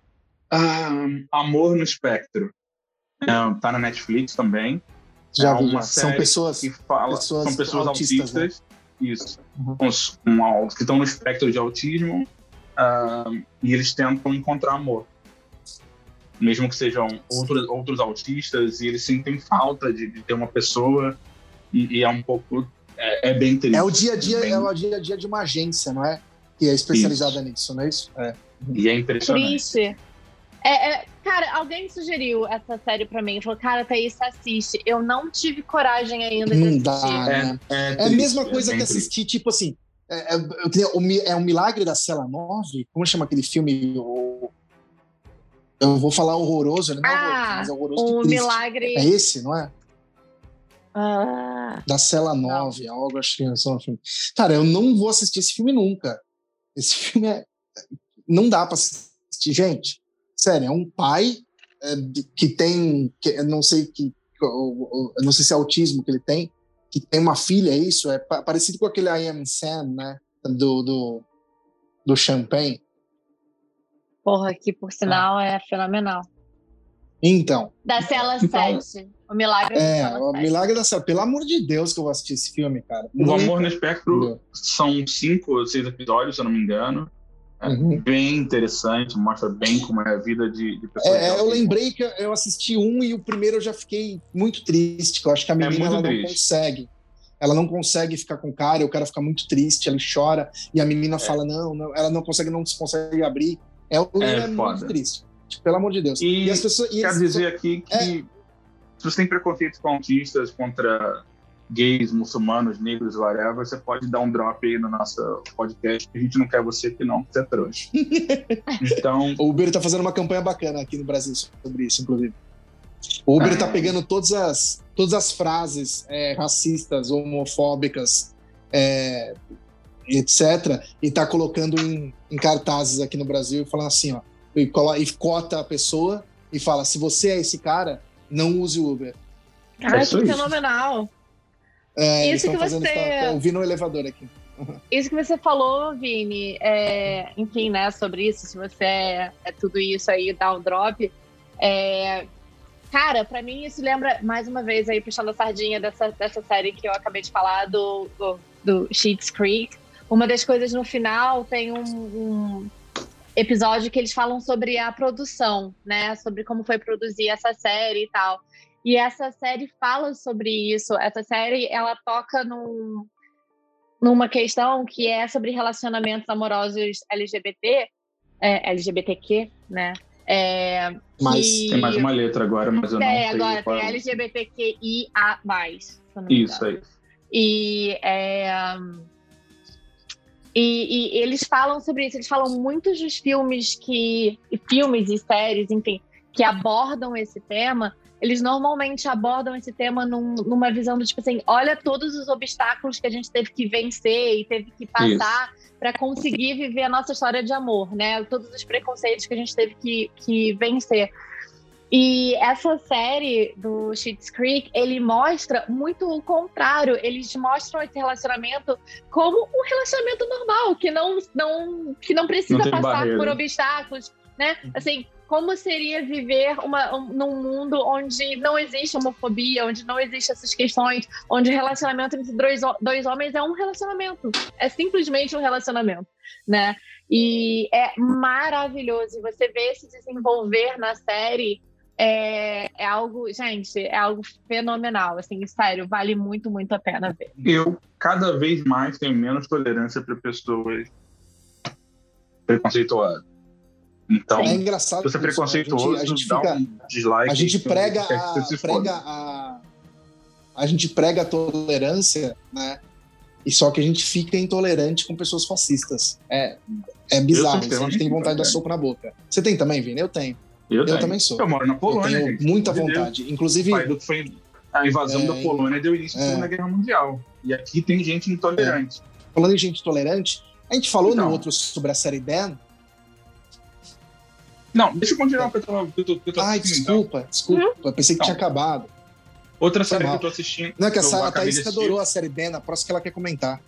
Amor no Espectro. Tá na Netflix também. Já vi, uma são série pessoas, que fala, são pessoas autistas, né? Isso. Que estão no espectro de autismo, e eles tentam encontrar amor. Mesmo que sejam outros autistas, e eles sentem falta de ter uma pessoa, e é um pouco... É bem triste. É o dia a dia de uma agência, não é? Que é especializada nisso, não é isso? E é impressionante. Triste. Cara, alguém sugeriu essa série pra mim. Falou, cara, Thaís, assiste. Eu não tive coragem ainda de assistir. Dá, né? É a mesma coisa que assistir, tipo assim... É um Milagre da Cela 9? Como chama aquele filme? Eu vou falar horroroso, ele não é horroroso, mas é horroroso de triste. Milagre... É esse, não é? Da Cela 9, algo assim. Cara, eu não vou assistir esse filme nunca. Esse filme não dá pra assistir. Gente, sério, é um pai que tem... eu não sei se é autismo que ele tem, que tem uma filha, é isso? É parecido com aquele I Am Sam, né? Do Champagne. Porra, que por sinal é fenomenal. Então. Da Cela 7. O Milagre da Cela 7. O Milagre da Cela. Pelo amor de Deus que eu vou assistir esse filme, cara. O Amor no Espectro são 5 ou 6 episódios, se eu não me engano. bem interessante, mostra bem como é a vida de pessoas. Eu lembrei que eu assisti e o primeiro eu já fiquei muito triste, que eu acho que a menina ela não consegue. Ela não consegue ficar com o cara fica muito triste, ela chora, e a menina fala, não, ela não se consegue abrir. É muito triste. Tipo, pelo amor de Deus. E as pessoas, quero dizer aqui que se você tem preconceitos autistas contra gays, muçulmanos, negros, whatever, você pode dar um drop aí no nosso podcast, que a gente não quer você que não, você é trouxa. Então... O Uber tá fazendo uma campanha bacana aqui no Brasil sobre isso, inclusive. O Uber tá pegando todas as frases racistas, homofóbicas, etc., e tá colocando em cartazes aqui no Brasil, falando assim, ó, e cota a pessoa e fala, se você é esse cara, não use o Uber. Ai, que fenomenal! Isso que você... Eu vi no elevador aqui. Isso que você falou, Vini, enfim, né, sobre isso, se você é tudo isso aí, dá um drop, cara, pra mim isso lembra, mais uma vez, aí puxando a sardinha dessa série que eu acabei de falar, do Schitt's Creek. Uma das coisas no final, tem um episódio que eles falam sobre a produção, né, sobre como foi produzir essa série e tal. E essa série fala sobre isso. Essa série, ela toca numa questão que é sobre relacionamentos amorosos LGBTQ, né? Tem mais uma letra agora, mas eu não sei. Agora tem LGBTQIA+. Isso aí. E eles falam sobre isso. Eles falam muitos dos filmes e séries, enfim, que abordam esse tema. Eles normalmente abordam esse tema numa visão do tipo assim, olha todos os obstáculos que a gente teve que vencer e teve que passar para conseguir viver a nossa história de amor, né? Todos os preconceitos que a gente teve que vencer. E essa série do Schitt's Creek, ele mostra muito o contrário. Eles mostram esse relacionamento como um relacionamento normal, que não precisa passar por obstáculos, né? Assim, como seria viver num mundo onde não existe homofobia, onde não existem essas questões, onde o relacionamento entre dois homens é um relacionamento. É simplesmente um relacionamento, né? E é maravilhoso. E você vê se desenvolver na série é algo, gente, é algo fenomenal. Assim, sério, vale muito, muito a pena ver. Eu, cada vez mais, tenho menos tolerância para pessoas preconceituosas. Então, é engraçado. Se você é preconceituoso, a gente dá fica, um dislike. A gente prega a tolerância, né? E só que a gente fica intolerante com pessoas fascistas. É bizarro. A gente tem vontade de dar soco na boca. Você tem também, Vini? Eu tenho. Eu também sou. Eu moro na Polônia. Eu tenho muita vontade. Inclusive, a invasão da Polônia deu início à Segunda Guerra Mundial. E aqui tem gente intolerante. Falando em gente intolerante, a gente falou no outro sobre a série Dan. Não, deixa eu continuar, porque eu tô assistindo. Desculpa. Eu pensei que tinha acabado. Outra série que eu tô assistindo. Não, é que a Thaís adorou a série Dan, a próxima que ela quer comentar.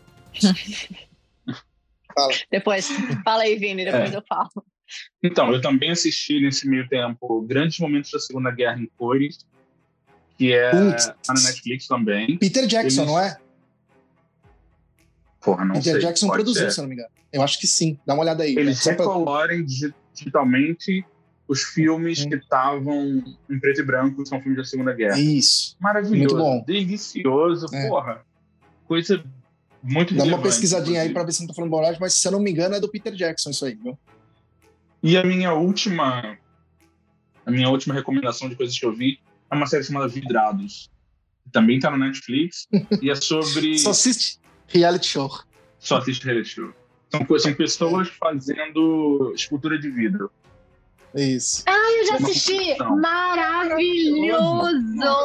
Fala. Depois, fala aí, Vini, depois eu falo. Então, eu também assisti nesse meio tempo Grandes Momentos da Segunda Guerra em Cores, que tá na Netflix também. Peter Jackson, não é? Porra, não sei. Peter Jackson produziu, se eu não me engano. Eu acho que sim. Dá uma olhada aí. Eles recolorem digitalmente os filmes que estavam em preto e branco, que são filmes da Segunda Guerra. Isso. Maravilhoso. Muito bom. Delicioso. Porra. Coisa muito Dá uma pesquisadinha aí pra ver se não tô falando bobagem, mas se eu não me engano é do Peter Jackson isso aí, viu? E a minha última recomendação de coisas que eu vi é uma série chamada Vidrados. Também tá no Netflix. E é sobre... Só assiste reality show. Só assiste reality show. São pessoas fazendo escultura de vidro. Isso. Eu já assisti! Maravilhoso!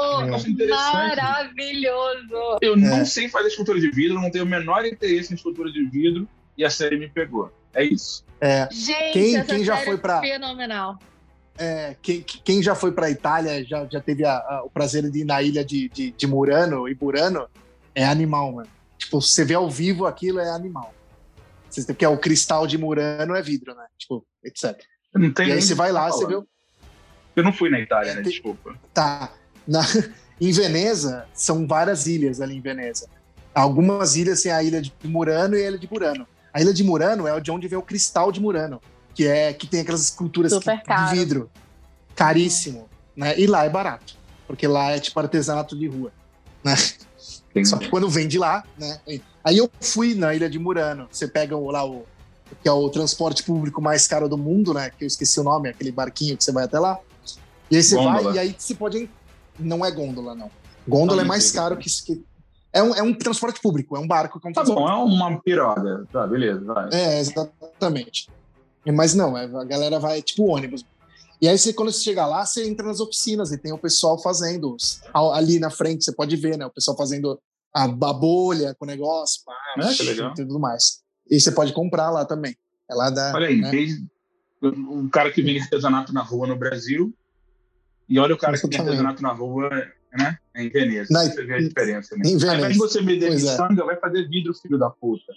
Maravilhoso! Eu não sei fazer escultura de vidro, não tenho o menor interesse em escultura de vidro, e a série me pegou. É isso. Gente, quem já foi pra... fenomenal. Quem já foi pra Itália, já teve o prazer de ir na ilha de Murano e Burano, é animal, mano. Tipo, você vê ao vivo aquilo, é animal. Porque o cristal de Murano é vidro, né? Tipo, etc. E aí você vai lá, você vê... Eu não fui na Itália, né? Desculpa. Tá. Em Veneza, são várias ilhas ali em Veneza. Algumas ilhas têm a ilha de Murano e a ilha de Burano. A Ilha de Murano é de onde vem o cristal de Murano, que tem aquelas esculturas Super de caro. vidro. Caríssimo, né? E lá é barato, porque lá é tipo artesanato de rua, né? Só que quando vem de lá, né? Aí eu fui na Ilha de Murano. Você pega lá que é o transporte público mais caro do mundo, né? Que eu esqueci o nome, aquele barquinho que você vai até lá. E aí você Gôndola. vai, e aí você pode... Não é gôndola, não. Gôndola é mais caro que... É um transporte público, é um barco. Tá bom, é uma piroga. Tá, beleza, vai. Exatamente. Mas não, a galera vai tipo ônibus. E aí, quando você chega lá, você entra nas oficinas e tem o pessoal fazendo. Ali na frente, você pode ver, né? O pessoal fazendo a bolha com o negócio, Que legal. e tudo mais. E você pode comprar lá também. É lá da... Olha aí, né? desde o cara que vende artesanato na rua no Brasil e olha o cara que vende artesanato na rua, né? Em Veneza. Você vê a diferença, né? Em Veneza. Ao invés de você vender Pois é. miçanga, vai fazer vidro, filho da puta.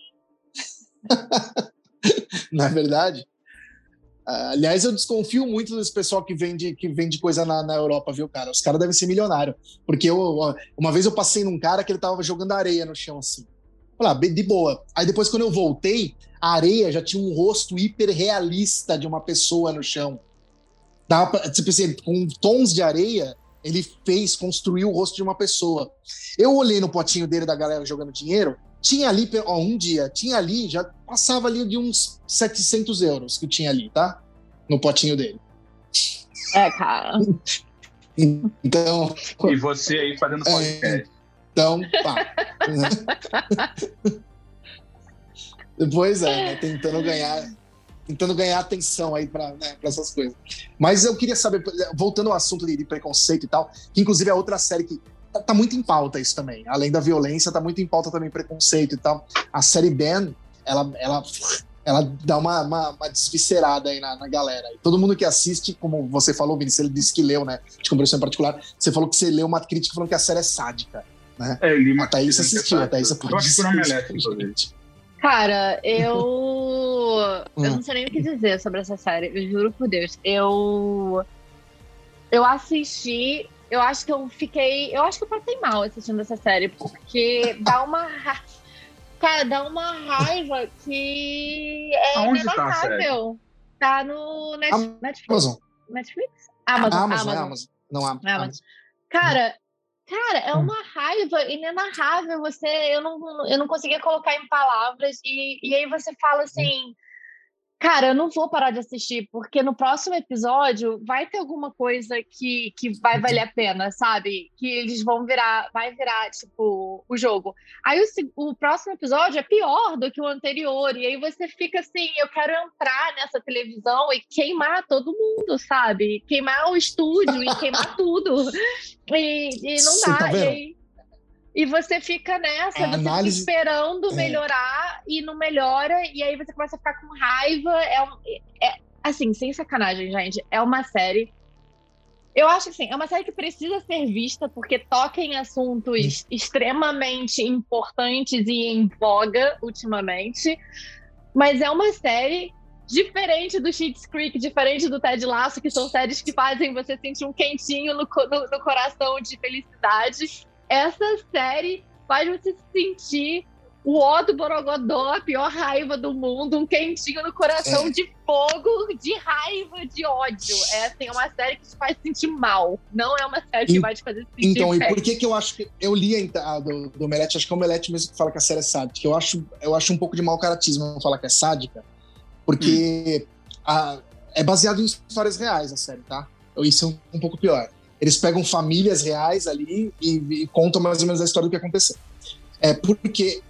Não é verdade? Aliás, eu desconfio muito desse pessoal que vende coisa na Europa, viu, cara? Os caras devem ser milionários. Porque uma vez eu passei num cara que ele tava jogando areia no chão, assim. Falei, de boa. Aí depois, quando eu voltei, a areia já tinha um rosto hiperrealista de uma pessoa no chão. Tipo assim, com tons de areia, ele construiu o rosto de uma pessoa. Eu olhei no potinho dele da galera jogando dinheiro, tinha ali, já passava ali de uns 700 euros que tinha ali, tá? No potinho dele. Cara. Então... E você aí fazendo podcast. Então, pá. Depois né? Tentando ganhar atenção aí pra essas coisas. Mas eu queria saber, voltando ao assunto de preconceito e tal, que inclusive é outra série que tá muito em pauta isso também. Além da violência, tá muito em pauta também preconceito e tal. A série Ben, ela dá uma desviscerada aí na galera. E todo mundo que assiste, como você falou, Vinícius, ele disse que leu, né? De conversão em particular, você falou que você leu uma crítica falando que a série é sádica, né? Eu li uma a Thaís assistiu, a Thaís pode dizer. Cara, eu não sei nem o que dizer sobre essa série, eu juro por Deus. Eu assisti, eu acho que eu passei mal assistindo essa série, porque dá uma raiva que é inenarrável. Tá no Netflix? Amazon. Netflix? Amazon. Não, Amazon. Cara, é uma raiva inenarrável. Eu não conseguia colocar em palavras. E aí você fala assim... Cara, eu não vou parar de assistir, porque no próximo episódio vai ter alguma coisa que vai valer a pena, sabe? Que eles vai virar, tipo, o jogo. Aí o próximo episódio é pior do que o anterior, e aí você fica assim, eu quero entrar nessa televisão e queimar todo mundo, sabe? Queimar o estúdio e queimar tudo. E não dá, tá vendo? E você fica nessa, fica esperando melhorar e não melhora, e aí você começa a ficar com raiva. Assim, sem sacanagem, gente, é uma série... Eu acho assim, é uma série que precisa ser vista porque toca em assuntos extremamente importantes e em voga ultimamente, mas é uma série diferente do Schitt's Creek, diferente do Ted Lasso, que são séries que fazem você sentir um quentinho no coração de felicidade. Essa série faz você sentir o ó do Borogodó, a pior raiva do mundo, um quentinho no coração de fogo, de raiva, de ódio. É assim, é uma série que te faz sentir mal. Não é uma série que vai te fazer sentir Então, bem. E por que eu acho que... Eu li a do Omelete, acho que é o Omelete mesmo que fala que a série é sádica. Eu acho um pouco de mau caratismo falar que é sádica, porque é baseado em histórias reais a série, tá? Isso é um pouco pior. Eles pegam famílias reais ali e contam mais ou menos a história do que aconteceu. Porque,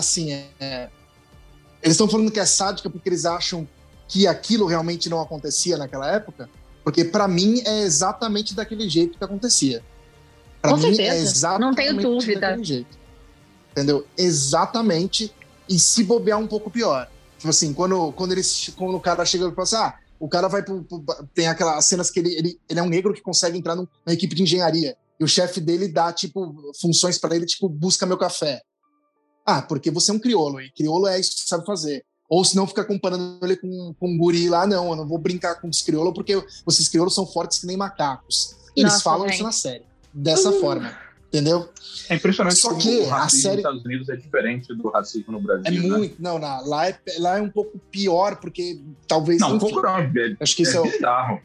eles estão falando que é sádica porque eles acham que aquilo realmente não acontecia naquela época, porque pra mim é exatamente daquele jeito que acontecia. Com certeza, não tenho dúvida. Daquele jeito. Entendeu? Exatamente, e se bobear um pouco pior. Tipo assim, quando o cara chega e fala assim, o cara vai tem aquelas cenas que ele é um negro que consegue entrar na equipe de engenharia. E o chefe dele dá, tipo, funções pra ele, tipo, busca meu café. Porque você é um crioulo, e crioulo é isso que sabe fazer. Ou se não, fica comparando ele com um guri lá, não, eu não vou brincar com os crioulos, porque vocês crioulos são fortes que nem macacos. E eles falam isso na série, dessa forma. entendeu? É impressionante Só como que o a racismo série- nos Estados Unidos é diferente do racismo no Brasil, É né? muito. Não, lá é um pouco pior, porque talvez. Não, um enfim, pouco não. acho que isso É bizarro.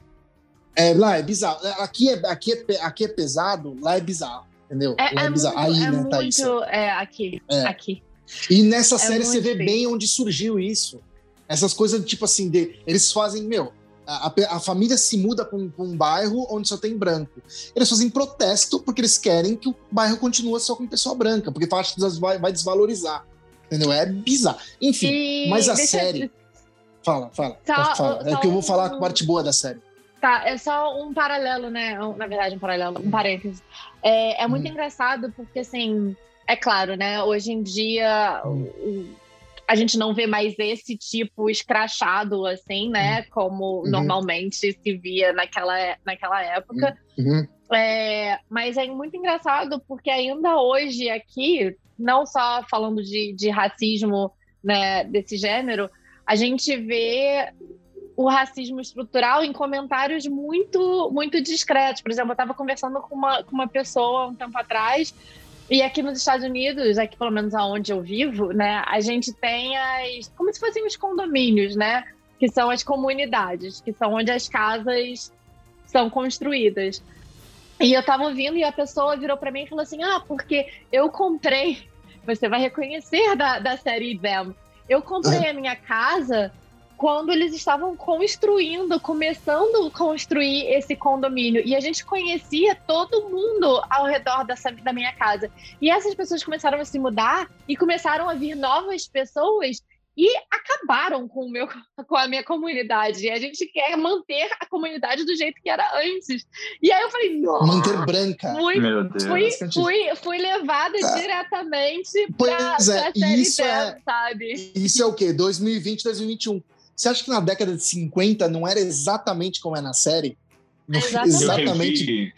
lá é bizarro. Aqui é pesado, lá é bizarro, entendeu? Lá é bizarro. Muito, Aí, é né, muito, Thaísa? aqui. E nessa É série você muito vê feio. bem onde surgiu isso. Essas coisas, tipo assim, eles fazem, a família se muda pra um bairro onde só tem branco. Eles fazem protesto porque eles querem que o bairro continue só com pessoa branca, porque fala que vai desvalorizar. Entendeu? É bizarro. Enfim, E mas a deixa- série. Fala. Só- É só que eu vou falar a um- parte boa da série. Tá, é só um paralelo, né? Na verdade, um parênteses. É muito engraçado porque, assim, é claro, né? Hoje em dia, a gente não vê mais esse tipo escrachado, assim, né? Como normalmente se via naquela época. Uhum. Mas é muito engraçado porque ainda hoje aqui, não só falando de racismo, né, desse gênero, a gente vê o racismo estrutural em comentários muito, muito discretos. Por exemplo, eu estava conversando com uma pessoa um tempo atrás, e aqui nos Estados Unidos, aqui pelo menos aonde eu vivo, né, a gente tem como se fossem os condomínios, né, que são as comunidades, que são onde as casas são construídas. E eu estava ouvindo e a pessoa virou para mim e falou assim, porque eu comprei, você vai reconhecer da série Them, eu comprei a minha casa quando eles estavam começando a construir esse condomínio. E a gente conhecia todo mundo ao redor da minha casa. E essas pessoas começaram a se mudar e começaram a vir novas pessoas e acabaram com a minha comunidade. E a gente quer manter a comunidade do jeito que era antes. E aí eu falei, nossa! Manter branca. Meu Deus. Fui levada diretamente pra Pois é, série isso dela, sabe? Isso é o quê? 2020, 2021. Você acha que na década de 50 não era exatamente como é na série? Não era exatamente.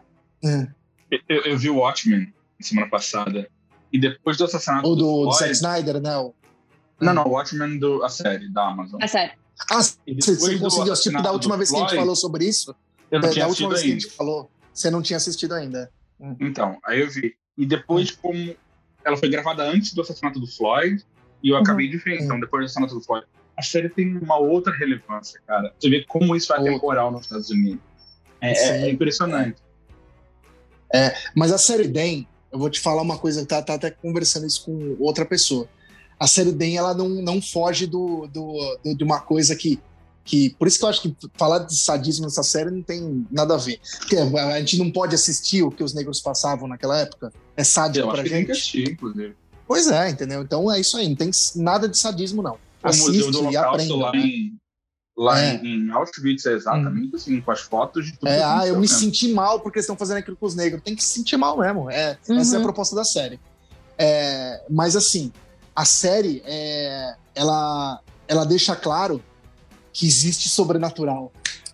Eu vi o Watchmen semana passada. E depois do assassinato Ou do Floyd... Zack Snyder, né? Não, o Watchmen, a série da Amazon. É sério. Você conseguiu assistir? Da última vez que a gente falou sobre isso? Eu não tinha da última vez assistido que a gente falou, você não tinha assistido ainda. Então, aí eu vi. E depois, como ela foi gravada antes do assassinato do Floyd, e eu acabei de ver. Então, depois do assassinato do Floyd, a série tem uma outra relevância, cara. Você vê como isso é temporal nos Estados Unidos. É impressionante. Mas a série Den, eu vou te falar uma coisa, tá até conversando isso com outra pessoa. A série Den, ela não foge de uma coisa que... Por isso que eu acho que falar de sadismo nessa série não tem nada a ver. Porque a gente não pode assistir o que os negros passavam naquela época. É sádico pra gente. Tem que assistir, inclusive. Pois é, entendeu? Então é isso aí, não tem nada de sadismo, não. O Museu do Assiste e Holocausto aprenda. lá em Auschwitz é exatamente assim, com as fotos de tudo. Eu me senti mal porque eles estão fazendo aquilo com os negros. Tem que se sentir mal mesmo. Essa é a proposta da série. Mas assim, a série, ela deixa claro que existe sobrenatural.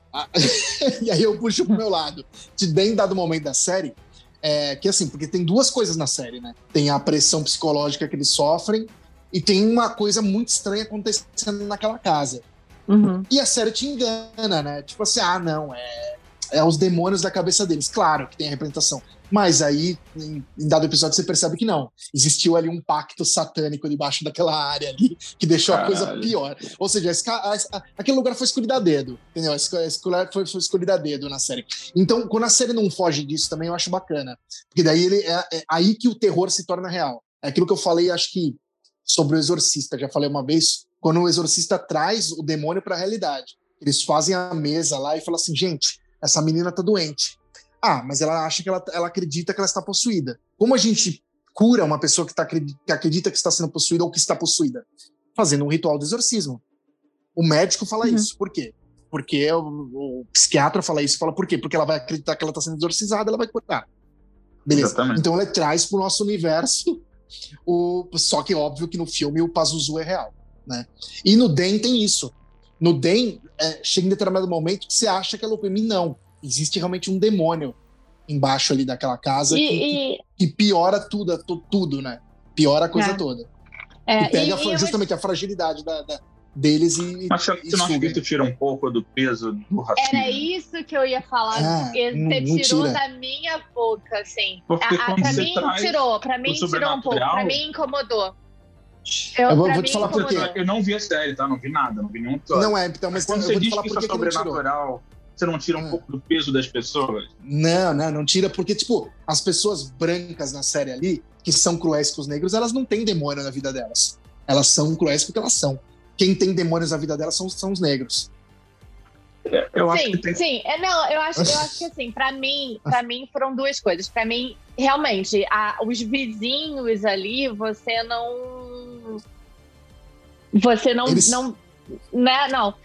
E aí eu puxo pro meu lado. Em dado momento da série, que assim, porque tem duas coisas na série, né? Tem a pressão psicológica que eles sofrem e tem uma coisa muito estranha acontecendo naquela casa. E a série te engana, né? Tipo assim, não, é os demônios da cabeça deles. Claro que tem a representação. Mas aí, em dado episódio, você percebe que não. Existiu ali um pacto satânico debaixo daquela área ali, que deixou a coisa pior. Ou seja, aquele lugar foi escolhido a dedo, entendeu? Esse lugar foi escolhido a dedo na série. Então, quando a série não foge disso também, eu acho bacana. Porque daí é aí que o terror se torna real. É aquilo que eu falei, acho que, sobre o Exorcista. Já falei uma vez, quando o Exorcista traz o demônio para a realidade. Eles fazem a mesa lá e falam assim, gente, essa menina tá doente. Mas ela acha que ela acredita que ela está possuída. Como a gente cura uma pessoa que acredita que está sendo possuída ou que está possuída? Fazendo um ritual de exorcismo. O médico fala isso. Por quê? Porque o psiquiatra fala isso. Fala por quê? Porque ela vai acreditar que ela está sendo exorcizada, ela vai curar. Beleza. Exatamente. Então ele traz para o nosso universo só que óbvio que no filme o Pazuzu é real, né? E no Den tem isso. No Den, chega em determinado momento que você acha que é loucura. Não. Existe realmente um demônio embaixo ali daquela casa que piora tudo, né? Piora a coisa toda. E pega justamente a fragilidade deles e Mas você não acha que sugam. isso tira um pouco do peso do racismo? Era isso que eu ia falar. Porque você não tirou tira. da minha boca, assim. Porque quando Pra você mim traz tirou. Pra mim o tirou um pouco. sobrenatural- Pra mim incomodou. Eu vou pra te mim falar por quê. incomodou. Eu não vi a série, tá? Não vi nada, não vi nenhum episódio. Não é, então, mas Quando eu você vou te diz falar que por isso é que não tirou. sobrenatural, você não tira um pouco do peso das pessoas? Não tira, porque, tipo, as pessoas brancas na série ali, que são cruéis com os negros, elas não têm demônio na vida delas. Elas são cruéis porque elas são. Quem tem demônios na vida delas são os negros. Eu acho Sim, que tem... sim. Não, eu acho que assim, pra mim foram duas coisas. Pra mim, realmente, os vizinhos ali, você não. Eles- Não. Né, não.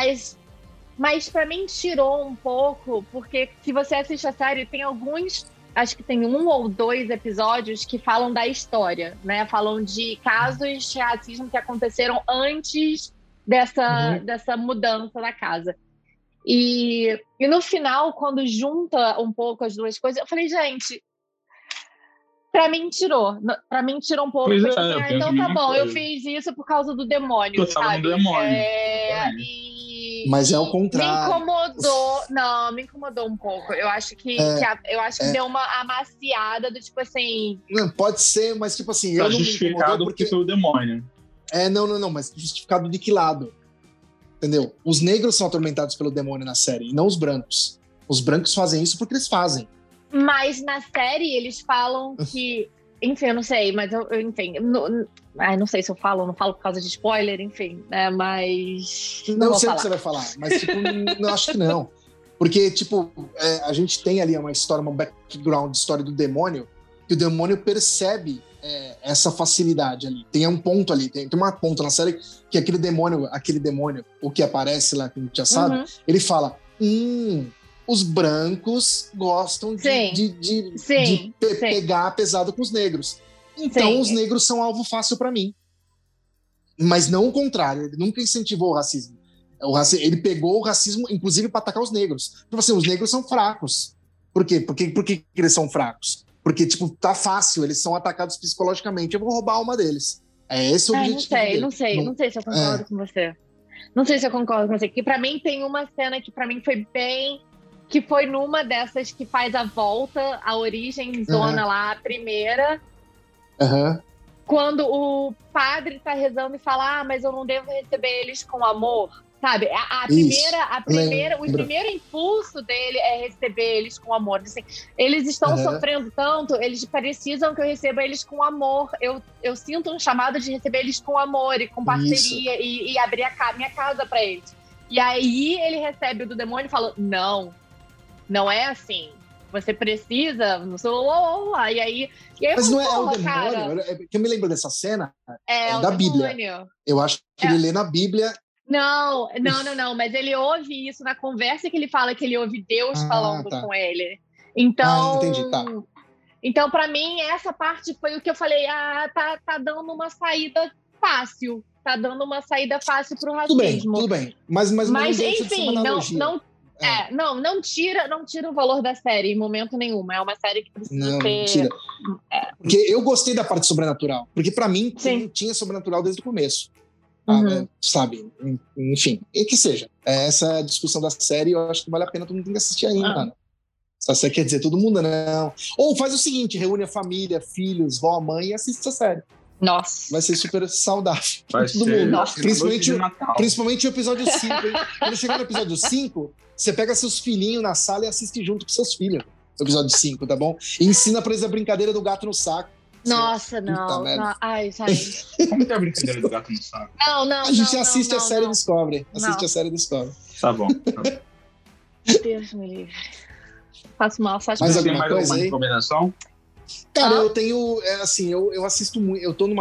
Mas pra mim tirou um pouco, porque se você assiste a série, tem alguns. Acho que tem 1 ou 2 episódios que falam da história, né? Falam de casos de racismo que aconteceram antes dessa mudança na casa. E no final, quando junta um pouco as duas coisas, eu falei, gente, pra mim tirou. Pra mim tirou um pouco. Pois Foi tipo é, assim, eu penso então a tá mesma bom, eu coisa. fiz isso por causa do demônio, Eu tava no sabe? demônio. Mas é ao Me contrário. incomodou. Não, me incomodou um pouco. Eu acho que, eu acho que deu uma amaciada do tipo assim. Não, pode ser, mas, tipo assim, Tá eu não me justificado incomodou porque porque... foi o demônio. Não, mas justificado de que lado? Entendeu? Os negros são atormentados pelo demônio na série, e não os brancos. Os brancos fazem isso porque eles fazem. Mas na série eles falam que. Enfim, eu não sei, mas enfim. Não sei se eu falo ou não falo por causa de spoiler, enfim, né? Mas. Não Eu vou sei o falar. que você vai falar, mas, tipo, não acho que não. Porque, tipo, a gente tem ali uma história, uma background de história do demônio, que o demônio percebe essa facilidade ali. Tem um ponto ali, tem uma ponta na série que aquele demônio, o que aparece lá, que a gente já sabe, ele fala: os brancos gostam de pegar pesado com os negros. Então os negros são alvo fácil pra mim. Mas não o contrário, ele nunca incentivou o racismo. Ele pegou o racismo, inclusive, para atacar os negros. Tipo assim, os negros são fracos. Por quê? Por que eles são fracos? Porque, tipo, tá fácil, eles são atacados psicologicamente, eu vou roubar a alma deles. É esse o objetivo dele. Não sei se eu concordo com você. Não sei se eu concordo com você. Que pra mim tem uma cena que pra mim foi bem... Que foi numa dessas que faz a volta, a origem zona lá, a primeira. Quando o padre tá rezando e fala, mas eu não devo receber eles com amor. Sabe? O primeiro impulso dele é receber eles com amor. Assim, eles estão sofrendo tanto, eles precisam que eu receba eles com amor. Eu sinto um chamado de receber eles com amor e com parceria e abrir minha casa pra eles. E aí ele recebe o do demônio e fala, não é assim. Você precisa... E aí mas não é o demônio? Cara, que eu me lembro dessa cena demônio. da Bíblia. Eu acho que ele lê na Bíblia... Não, mas ele ouve isso na conversa que ele fala que ele ouve Deus falando com ele. Então, entendi, tá. Então, pra mim, essa parte foi o que eu falei, tá dando uma saída fácil. Tá dando uma saída fácil pro racismo. Tudo bem. Mas enfim, não tira o valor da série em momento nenhum. É uma série que precisa ter... Tira. Porque eu gostei da parte sobrenatural. Porque pra mim, tinha sobrenatural desde o começo. Sabe? Enfim, e que seja. Essa discussão da série, eu acho que vale a pena, todo mundo tem que assistir ainda, mano. Só você quer dizer, todo mundo não. Ou faz o seguinte, reúne a família, filhos, vó, mãe e assiste essa série. Nossa. Vai ser super saudável. Vai todo ser. mundo. Nossa. Principalmente o episódio 5, hein? Quando chegar no episódio 5, você pega seus filhinhos na sala e assiste junto com seus filhos. O episódio 5, tá bom? E ensina pra eles a brincadeira do gato no saco. Nossa, não. Ai, sai. Como que é a brincadeira do gato no saco? Não. A gente assiste a série e descobre. Assiste a série e descobre. Tá bom. Deus me livre. Faço mal, faz mais mal. Tem alguma mais coisa alguma aí? recomendação? Cara, eu tenho, eu assisto muito, eu tô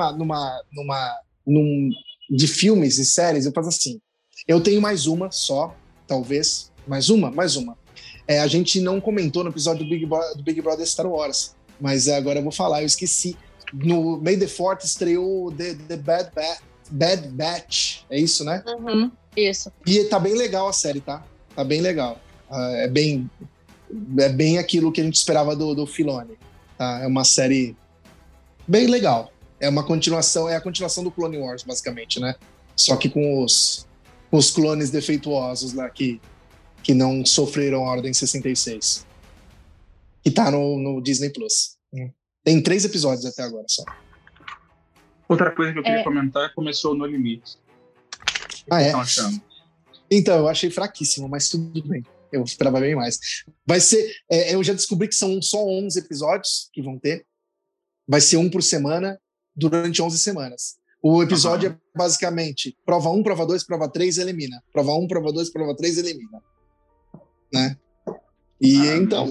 de filmes e séries, eu faço assim, eu tenho mais uma só, talvez, mais uma. A gente não comentou no episódio do Big Brother Star Wars, mas agora eu vou falar, eu esqueci. No May the 4th estreou The Bad Batch, é isso, né? Isso. E tá bem legal a série, tá? Tá bem legal. É bem aquilo que a gente esperava do Filoni. Tá? É uma série bem legal. É a continuação do Clone Wars, basicamente, né? Só que com os clones defeituosos lá que não sofreram a Ordem 66. Que tá no Disney Plus. Tem 3 episódios até agora só. Outra coisa que eu queria comentar, começou No Limite. O que Ah, vocês é? estão achando? Então, eu achei fraquíssimo, mas tudo bem. Eu esperava bem mais. Vai ser... eu já descobri que são só 11 episódios que vão ter. Vai ser um por semana, durante 11 semanas. O episódio é basicamente prova 1, prova 2, prova 3, elimina. Prova 1, prova 2, prova 3, elimina. Né? E então...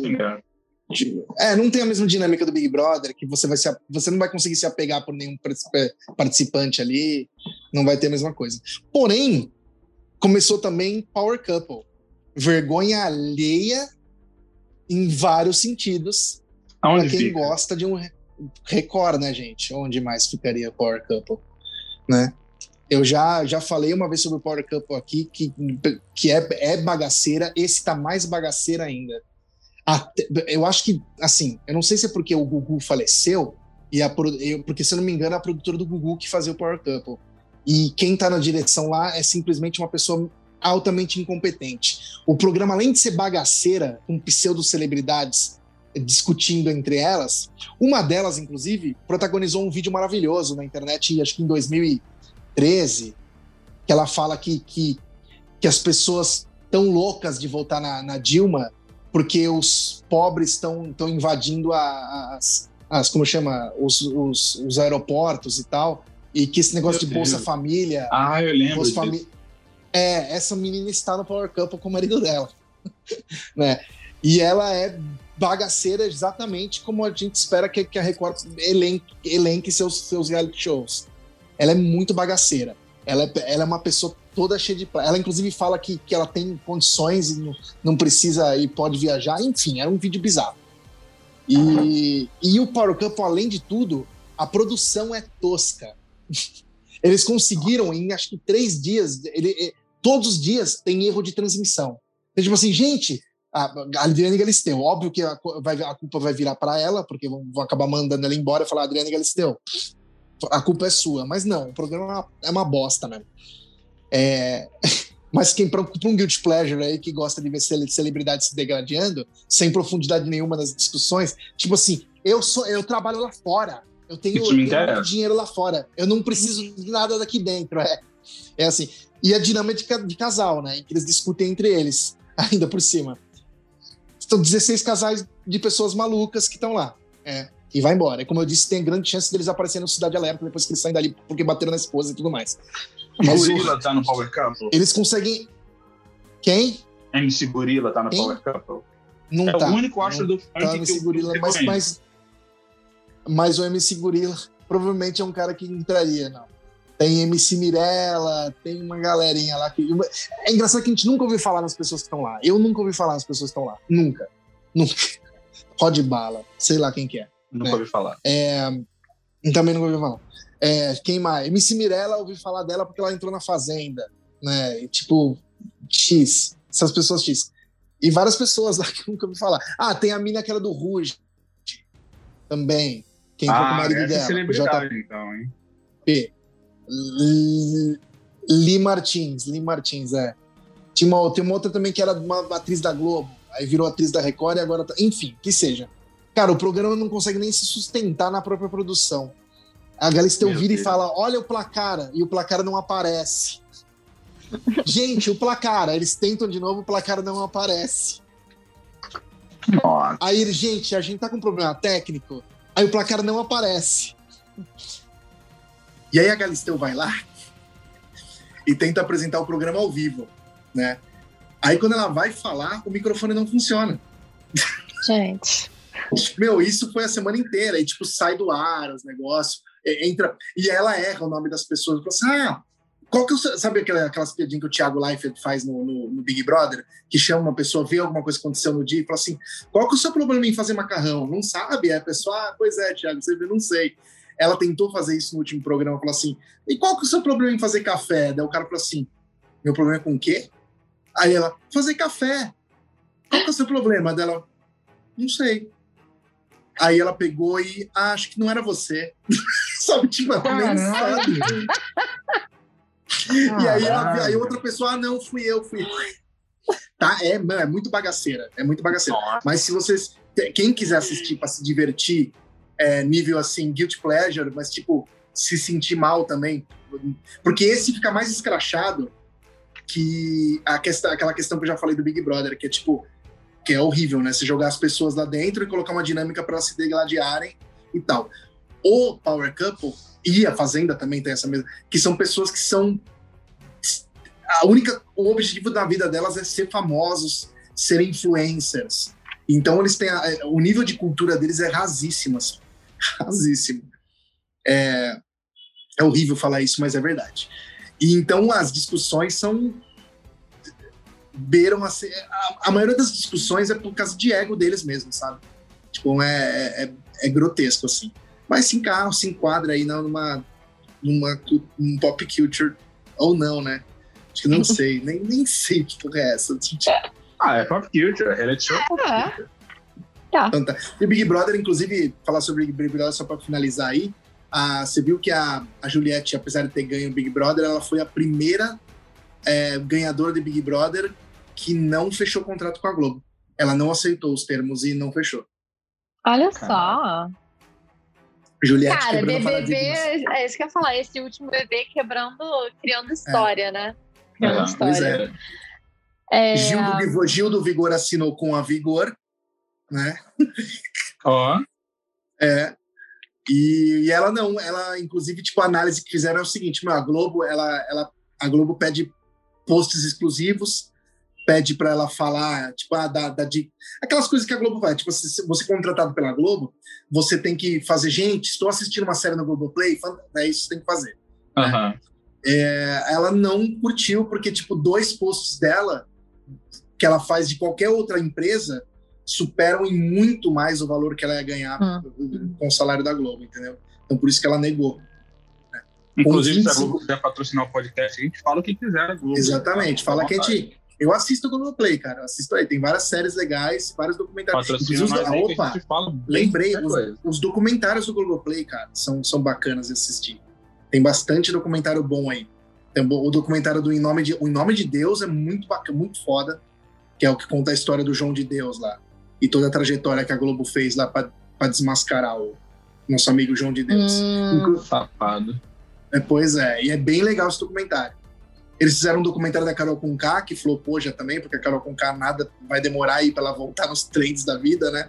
não tem a mesma dinâmica do Big Brother, que você não vai conseguir se apegar por nenhum participante ali, não vai ter a mesma coisa. Porém, começou também Power Couple. Vergonha alheia em vários sentidos. Para quem gosta de um Record, né, gente? Onde mais ficaria Power Couple, né? Eu já falei uma vez sobre o Power Couple aqui, que é bagaceira. Esse tá mais bagaceira ainda. Eu acho que, assim, eu não sei se é porque o Gugu faleceu, porque, se eu não me engano, é a produtora do Gugu que fazia o Power Couple. E quem tá na direção lá é simplesmente uma pessoa altamente incompetente. O programa, além de ser bagaceira, com pseudo-celebridades discutindo entre elas, uma delas, inclusive, protagonizou um vídeo maravilhoso na internet, acho que em 2013, que ela fala que as pessoas estão loucas de votar na Dilma porque os pobres estão invadindo como chama? Os aeroportos e tal, e que esse negócio de Bolsa Família... eu lembro disso. Essa menina está no Power Couple com o marido dela. Né? E ela é bagaceira exatamente como a gente espera que a Record elenque seus reality shows. Ela é muito bagaceira. Ela é uma pessoa toda cheia de... Ela, inclusive, fala que ela tem condições e não precisa e pode viajar. Enfim, era um vídeo bizarro. E o Power Couple, além de tudo, a produção é tosca. Eles conseguiram, em acho que 3 dias... todos os dias tem erro de transmissão. Então, tipo assim, gente... A Adriane Galisteu, óbvio que a culpa vai virar para ela, porque vão acabar mandando ela embora e falar: Adriane Galisteu, a culpa é sua. Mas não, o programa é uma bosta mesmo. Mas quem para um guilty pleasure aí que gosta de ver celebridades se degradando, sem profundidade nenhuma nas discussões, tipo assim, eu trabalho lá fora, eu tenho dinheiro lá fora, eu não preciso de nada daqui dentro. É assim. E a dinâmica de casal, né? Que eles discutem entre eles, ainda por cima. Estão 16 casais de pessoas malucas que estão lá. E vai embora. E como eu disse, tem grande chance deles aparecerem no Cidade Alerta depois que eles saem dali porque bateram na esposa e tudo mais. Mas Gorila tá no Power Couple? Eles conseguem... Quem? MC Gorila tá no Power Couple? Não tá. O único, acho, do funk tá MC Gorila, mas o MC Gorila provavelmente é um cara que entraria, não. Tem MC Mirella, tem uma galerinha lá que... É engraçado que a gente nunca ouviu falar nas pessoas que estão lá. Eu nunca ouvi falar nas pessoas que estão lá. Nunca. Rod Bala, sei lá quem que é. Nunca ouvi falar. Também nunca ouvi falar. Quem mais? MC Mirella, ouvi falar dela porque ela entrou na Fazenda, né? E, tipo, X. Essas pessoas X. E várias pessoas lá que eu nunca ouvi falar. Tem a mina que era do Ruge também. Quem entrou com o marido dela. Celebridade, então, hein? Lee Martins, Tinha uma outra também que era uma atriz da Globo, aí virou atriz da Record e agora enfim, que seja. Cara, o programa não consegue nem se sustentar na própria produção. A Galisteu vira e fala: olha o placar, e o placar não aparece. Gente, o placar, eles tentam de novo, o placar não aparece. Nossa. Aí, gente, a gente tá com um problema técnico, aí o placar não aparece. E aí a Galisteu vai lá e tenta apresentar o programa ao vivo, né? Aí quando ela vai falar, o microfone não funciona. Gente. Isso foi a semana inteira. E tipo, sai do ar os negócios, entra... E ela erra o nome das pessoas. Fala assim, qual que é o seu... Sabe aquelas piadinhas que o Thiago Leifert faz no Big Brother? Que chama uma pessoa, vê alguma coisa que aconteceu no dia e fala assim, qual que é o seu problema em fazer macarrão? Não sabe? A pessoa, pois é, Thiago, você vê, não sei. Ela tentou fazer isso no último programa, falou assim, e qual que é o seu problema em fazer café? Daí o cara falou assim, meu problema é com o quê? Aí ela, fazer café. Qual que é o seu problema? Daí ela, não sei. Aí ela pegou e, acho que não era você. Sabe, tipo, ela nem sabe. E aí outra pessoa, não, fui eu. Tá, é muito bagaceira, Mas se vocês, quem quiser assistir para se divertir, nível assim, guilty pleasure, mas tipo, se sentir mal também, porque esse fica mais escrachado que aquela questão que eu já falei do Big Brother, que é tipo, que é horrível, né? Você jogar as pessoas lá dentro e colocar uma dinâmica para elas se degladiarem e tal. O Power Couple e a Fazenda também tem essa mesma, que são pessoas que são o objetivo da vida delas é ser famosos, ser influencers. Então eles têm o nível de cultura deles é rasíssimo. É horrível falar isso, mas é verdade. E então as discussões beiram a maioria das discussões é por causa de ego deles mesmos, sabe? Tipo, é grotesco assim. Mas se enquadra aí num pop culture ou não, né? Acho que não sei, nem sei que porra é essa. É pop culture, ela é show pop culture. Tá. Então, tá. E Big Brother, inclusive, falar sobre Big Brother só pra finalizar aí, você viu que a Juliette, apesar de ter ganho o Big Brother, ela foi a primeira ganhadora de Big Brother que não fechou contrato com a Globo. Ela não aceitou os termos e não fechou. Olha só. Juliette cara, quebrando BBB, é isso que eu ia falar, esse último BBB criando história, né? Criando história. Pois é. Gil do Vigor assinou com a Vigor, né? Ó. E ela não, inclusive, tipo, a análise que fizeram é o seguinte, a Globo, a Globo pede posts exclusivos, pede para ela falar, tipo, aquelas coisas que a Globo faz, tipo, se você é contratado pela Globo, você tem que fazer, gente, estou assistindo uma série no Globoplay, é isso que você tem que fazer. Uhum. Né? Ela não curtiu, porque, tipo, 2 posts dela, que ela faz de qualquer outra empresa, superam em muito mais o valor que ela ia ganhar com o salário da Globo, entendeu? Então, por isso que ela negou. Né? Inclusive, se a Globo quiser patrocinar o podcast, a gente fala o que quiser da Globo. Exatamente, fala que a gente... Eu assisto o Globoplay, cara. Assisto aí. Tem várias séries legais, vários documentários. Lembrei, os documentários do Globoplay, cara, são bacanas de assistir. Tem bastante documentário bom aí. Tem o documentário do Em Nome de Deus é muito bacana, muito foda, que é o que conta a história do João de Deus lá. E toda a trajetória que a Globo fez lá pra desmascarar o nosso amigo João de Deus. Safado. Pois é, e é bem legal esse documentário. Eles fizeram um documentário da Carol Conká, que flopou já também, porque a Carol Conká nada vai demorar aí pra ela voltar nos trends da vida, né?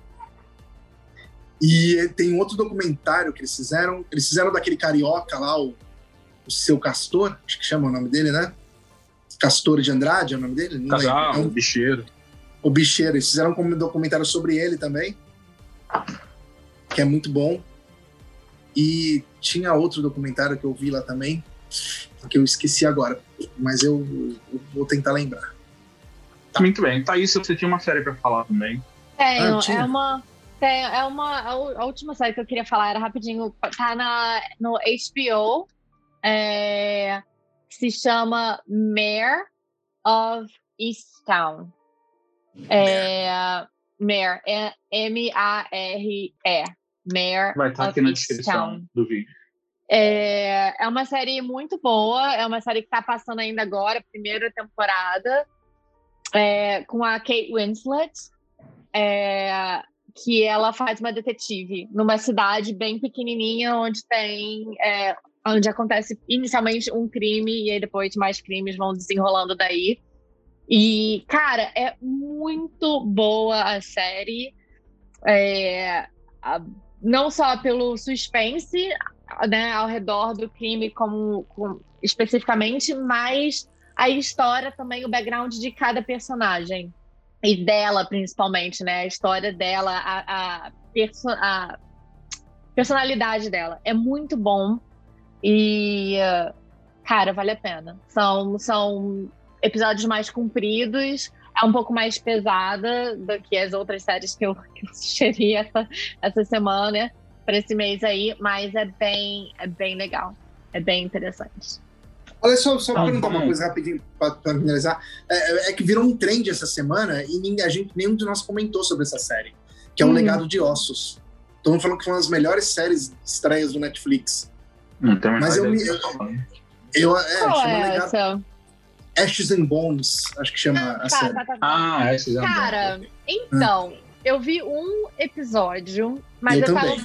E tem outro documentário que eles fizeram daquele carioca lá, o Seu Castor, acho que chama o nome dele, né? Castor de Andrade é o nome dele? Não lembro. O Bicheiro. O Bicheiro, eles fizeram um documentário sobre ele também, que é muito bom. E tinha outro documentário que eu vi lá também, que eu esqueci agora, mas eu vou tentar lembrar. Muito bem. Thaís, você tinha uma série pra falar também. A última série que eu queria falar era rapidinho, tá no HBO, se chama Mare of Easttown. Mare, M-A-R-E. Mare vai estar aqui na descrição do vídeo. É uma série muito boa, é uma série que tá passando ainda agora, primeira temporada, com a Kate Winslet, que ela faz uma detetive numa cidade bem pequenininha, onde acontece inicialmente um crime e aí depois mais crimes vão desenrolando daí. E, cara, é muito boa a série, não só pelo suspense, né, ao redor do crime especificamente, mas a história também, o background de cada personagem. E dela, principalmente, né? A história dela, a personalidade dela. É muito bom. E, cara, vale a pena. São episódios mais compridos. É um pouco mais pesada do que as outras séries que eu sugeri essa semana, para esse mês aí. Mas é bem legal. É bem interessante. Olha, só perguntar uma coisa rapidinho para finalizar. É que virou um trend essa semana e nenhum de nós comentou sobre essa série, que é o Legado de Ossos. Todo mundo falando que foi uma das melhores séries estreias do Netflix. Mas Qual chama é Legado. essa? Ashes and Bones, acho que chama a série. Ah, esse já Cara, então, eu vi um episódio, mas Eu eu também.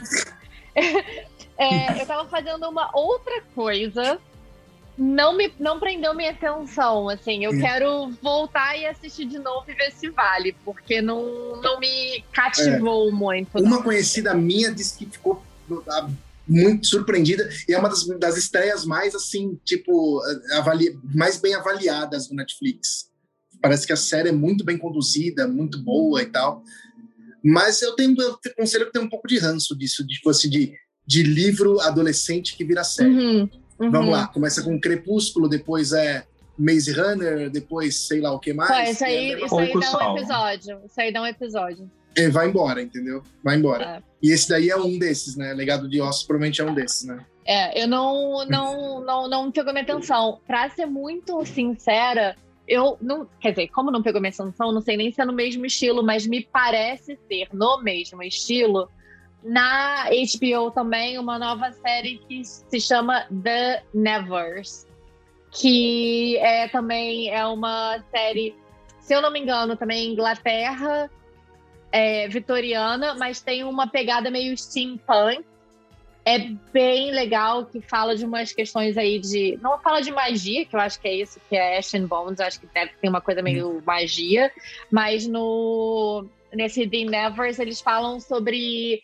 eu tava fazendo uma outra coisa. Não prendeu minha atenção, assim. Eu quero voltar e assistir de novo e ver se vale, porque não me cativou muito. Uma não. conhecida minha disse que ficou muito surpreendida e é uma das estreias mais, assim, tipo, mais bem avaliadas do Netflix. Parece que a série é muito bem conduzida, muito boa e tal. Mas eu conselho que tem um pouco de ranço disso, tipo assim, de livro adolescente que vira série. Vamos lá, começa com Crepúsculo, depois é Maze Runner, depois sei lá o que mais. Pô, isso aí dá um episódio. Isso aí dá um episódio. Vai embora, entendeu? Vai embora. É. E esse daí é um desses, né? Legado de Ossos provavelmente é um desses, né? Eu não pegou minha atenção. Pra ser muito sincera, eu não. Quer dizer, como não pegou minha atenção, não sei nem se é no mesmo estilo, mas me parece ser no mesmo estilo. Na HBO também, uma nova série que se chama The Nevers, que também é uma série, se eu não me engano, também Inglaterra, vitoriana, mas tem uma pegada meio steampunk. É bem legal, que fala de umas questões aí de... Não fala de magia, que eu acho que é isso, que é Ash and Bones, eu acho que deve ter uma coisa meio magia, mas nesse The Nevers eles falam sobre...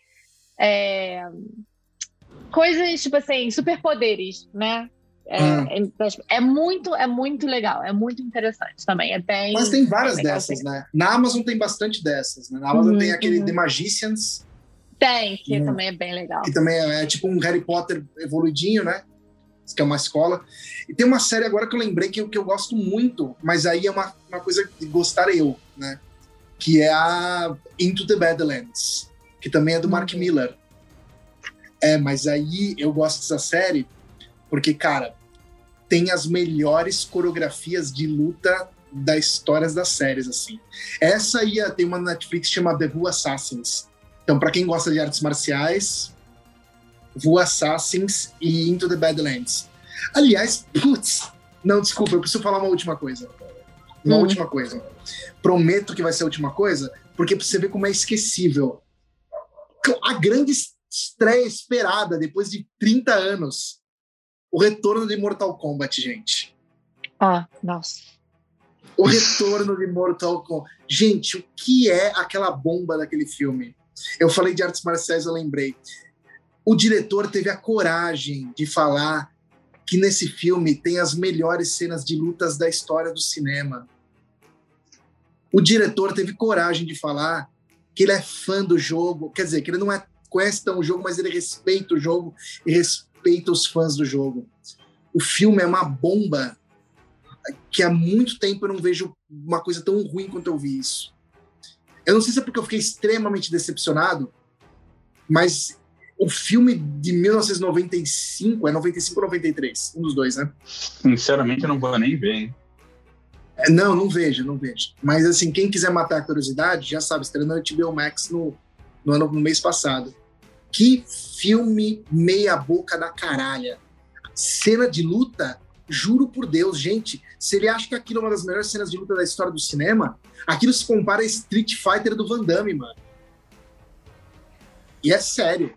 coisas, tipo assim, superpoderes, né? É muito legal, é muito interessante também. Mas tem várias dessas, né? Na Amazon tem bastante dessas, né? Na Amazon tem aquele The Magicians. Que também é bem legal. Que também é tipo um Harry Potter evoluidinho, né? Que é uma escola. E tem uma série agora que eu lembrei que eu gosto muito, mas aí é uma coisa de gostar eu, né? Que é a Into the Badlands, que também é do Mark Miller. Mas aí eu gosto dessa série porque, cara, tem as melhores coreografias de luta das histórias das séries, assim. Essa aí tem uma na Netflix que chama The Who Assassins. Então, pra quem gosta de artes marciais, Who Assassins e Into the Badlands. Aliás, não, desculpa, eu preciso falar uma última coisa. Última coisa. Prometo que vai ser a última coisa, porque pra você ver como é esquecível. A grande estreia esperada, depois de 30 anos, o retorno de Mortal Kombat, gente. Nossa. O retorno de Mortal Kombat. Gente, o que é aquela bomba daquele filme? Eu falei de artes marciais, eu lembrei. O diretor teve a coragem de falar que nesse filme tem as melhores cenas de lutas da história do cinema. O diretor teve coragem de falar que ele é fã do jogo, quer dizer, que ele não conhece tão o jogo, mas ele respeita o jogo e respeita os fãs do jogo. O filme é uma bomba que há muito tempo eu não vejo uma coisa tão ruim quanto eu vi isso. Eu não sei se é porque eu fiquei extremamente decepcionado, mas o filme de 1995, 95 ou 93, um dos dois, né? Sinceramente, eu não vou nem ver, hein? Não vejo. Mas, assim, quem quiser matar a curiosidade, já sabe, estreando no HBO Max no mês passado. Que filme meia boca da caralha. Cena de luta, juro por Deus, gente, se ele acha que aquilo é uma das melhores cenas de luta da história do cinema, aquilo se compara a Street Fighter do Van Damme, mano. E é sério.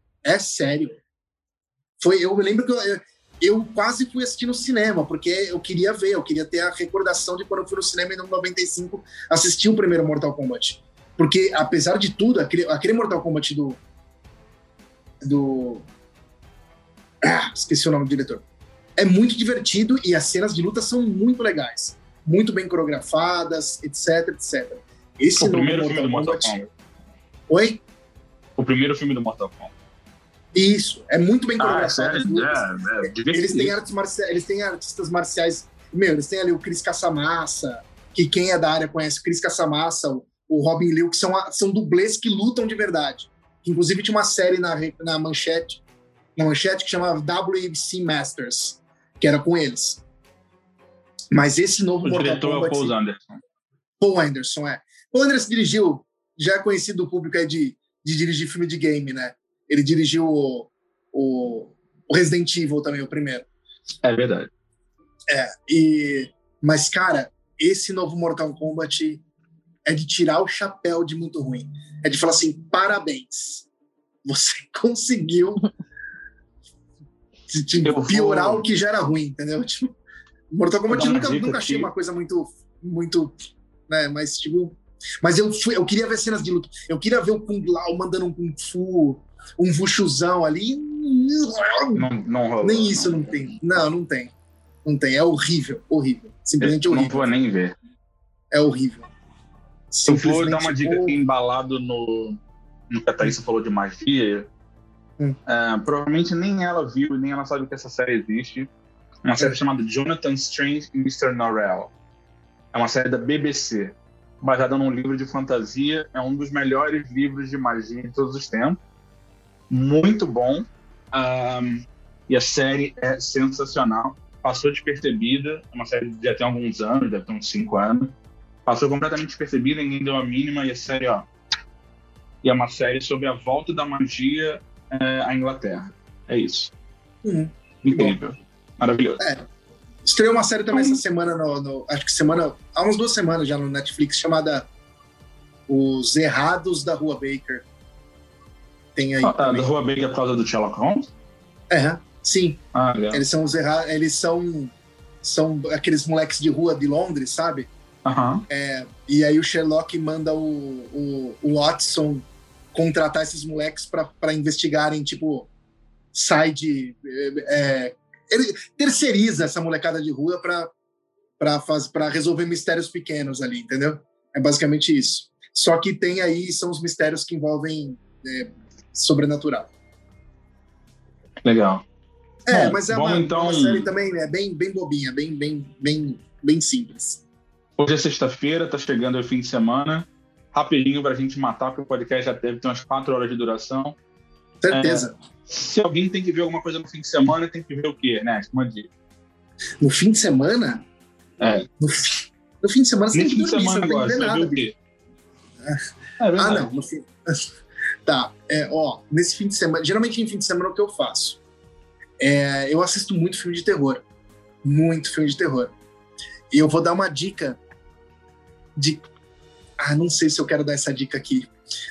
Eu me lembro que eu quase fui assistir no cinema, porque eu queria ter a recordação de quando eu fui no cinema em 95 assistir o primeiro Mortal Kombat. Porque, apesar de tudo, aquele Mortal Kombat esqueci o nome do diretor. É muito divertido e as cenas de luta são muito legais. Muito bem coreografadas, etc. Esse o primeiro filme do Mortal Kombat. Oi? O primeiro filme do Mortal Kombat. Isso, é muito bem coreografado. Eles têm artes marciais, eles têm artistas marciais. Eles têm ali o Chris Casamassa, que quem é da área conhece o Chris Casamassa, o Robin Liu, que são dublês que lutam de verdade. Inclusive tinha uma série na Manchete que chamava WABC Masters, que era com eles. Mas esse novo Mortal Kombat... O diretor é o Paul Anderson. Paul Anderson, Paul Anderson dirigiu, já é conhecido do público de dirigir filme de game, né? Ele dirigiu o Resident Evil também, o primeiro. É verdade. Mas, cara, esse novo Mortal Kombat é de tirar o chapéu de muito ruim. É de falar assim, parabéns. Você conseguiu piorar o que já era ruim, entendeu? Tipo, Mortal Kombat nunca achei uma coisa muito, né, mas tipo... Mas eu queria ver cenas de luta. Eu queria ver o Kung Lao mandando um Kung Fu, um Wushuzão ali. Não rolou. Nem isso não tem. Não tem. Não tem. É horrível. Simplesmente eu horrível. Não vou nem ver. É horrível. Eu vou dar uma dica aqui embalado no que a Thaís falou de magia. Provavelmente nem ela viu e nem ela sabe que essa série existe. Uma série chamada Jonathan Strange e Mr. Norrell. É uma série da BBC, baseada num livro de fantasia. É um dos melhores livros de magia de todos os tempos. Muito bom. E a série é sensacional. Passou despercebida. É uma série que já tem alguns anos, deve ter uns 5 anos. Passou completamente despercebida, ninguém deu a mínima. E a série, E é uma série sobre a volta da magia à Inglaterra. É isso. Incrível. Bom. Maravilhoso. Estreou uma série também essa semana, acho que há umas 2 semanas já no Netflix, chamada Os Errados da Rua Baker. Tem aí. Da Rua Baker por causa do Sherlock Holmes? Sim. Legal. Eles são os errados. Eles são aqueles moleques de rua de Londres, sabe? E aí o Sherlock manda o Watson contratar esses moleques para investigarem, tipo, ele terceiriza essa molecada de rua para resolver mistérios pequenos ali, entendeu? É basicamente isso. Só que tem aí, são os mistérios que envolvem sobrenatural. Legal. Mas é uma série também bem bobinha, bem simples. Hoje é sexta-feira, tá chegando o fim de semana. Rapidinho pra gente matar, porque o podcast já deve ter umas 4 horas de duração. Certeza. Se alguém tem que ver alguma coisa no fim de semana, tem que ver o quê, né? Uma dica. No fim de semana? No fim de semana você tem que dormir, você não tem que ver nada. O quê? Não. No fim... Tá. Nesse fim de semana... Geralmente em fim de semana é o que eu faço. Eu assisto muito filme de terror. Muito filme de terror. E eu vou dar uma dica de... não sei se eu quero dar essa dica aqui.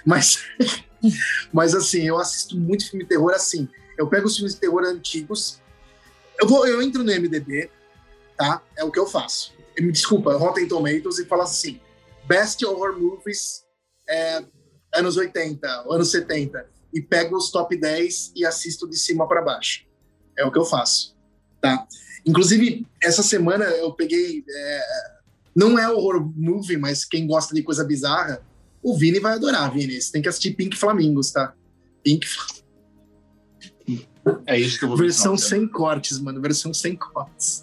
Mas assim, eu assisto muito filme de terror assim. Eu pego os filmes de terror antigos. Eu entro no MDB, tá? É o que eu faço. Me desculpa, Rotten Tomatoes, e falo assim: Best Horror Movies anos 80, anos 70. E pego os top 10 e assisto de cima para baixo. É o que eu faço, tá? Inclusive, essa semana eu peguei... não é horror movie, mas quem gosta de coisa bizarra, o Vini vai adorar, Vini. Você tem que assistir Pink Flamingos, tá? É isso que eu vou ver. Versão sem cortes, mano. Versão sem cortes.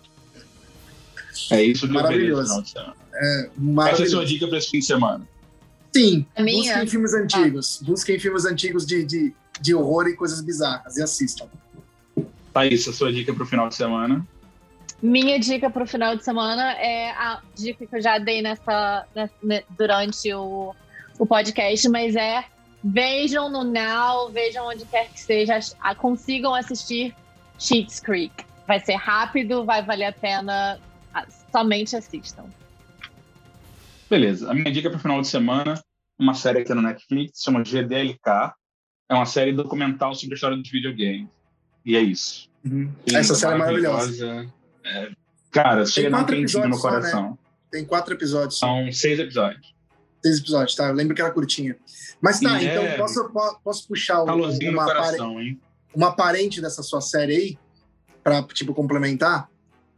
É isso que maravilhoso. Eu maravilhoso. Essa é a sua dica para esse fim de semana? Sim. Busquem filmes antigos. Busquem filmes antigos de horror e coisas bizarras e assistam. Thaís, a sua dica para o final de semana? Minha dica para o final de semana é a dica que eu já dei durante o podcast, mas vejam no Now, vejam onde quer que seja, consigam assistir Schitt's Creek. Vai ser rápido, vai valer a pena, somente assistam. Beleza, a minha dica para o final de semana, uma série aqui no Netflix, chama GDLK, é uma série documental sobre a história dos videogames. E é isso. Essa série é maravilhosa. Cara, chega a dar um quentinho no coração. Né? Tem 4 episódios. São 6 episódios. 6 episódios, tá? Eu lembro que era curtinha. Mas tá, então posso puxar uma parente dessa sua série aí, pra, tipo, complementar?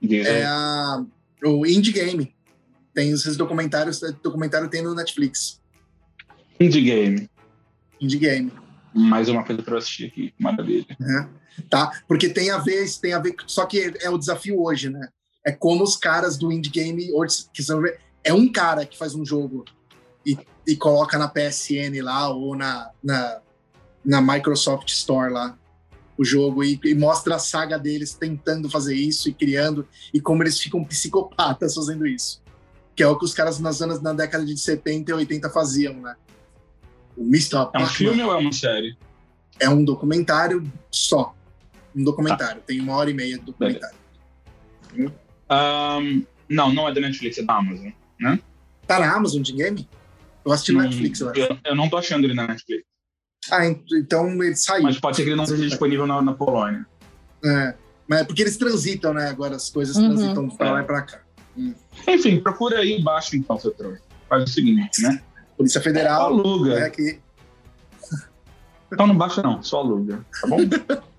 O Indie Game. Tem esses documentários, documentário tem no Netflix. Indie Game. Mais uma coisa pra assistir aqui, maravilha. Tá? Porque tem a ver, só que é o desafio hoje, né? É como os caras do Indie Game hoje, é um cara que faz um jogo e coloca na PSN lá ou na Microsoft Store lá o jogo e mostra a saga deles tentando fazer isso e criando e como eles ficam psicopatas fazendo isso. Que é o que os caras na década de 70 e 80 faziam, né? O Mr. É um filme ou é uma série? É um documentário só. Um documentário. Tem 1h30 de documentário. Não é da Netflix, é da Amazon, né? Tá na Amazon de game? Eu assisti no Netflix, eu acho. Eu não tô achando ele na Netflix. Então ele saiu. Mas pode ser que ele não esteja disponível na Polônia. Mas é porque eles transitam, né? Agora as coisas transitam pra lá e pra cá. Enfim, procura aí e baixa então, seu trouxa. Faz o seguinte, né? Polícia Federal. Aluga. Aqui. Então não baixa não, só aluga, tá bom?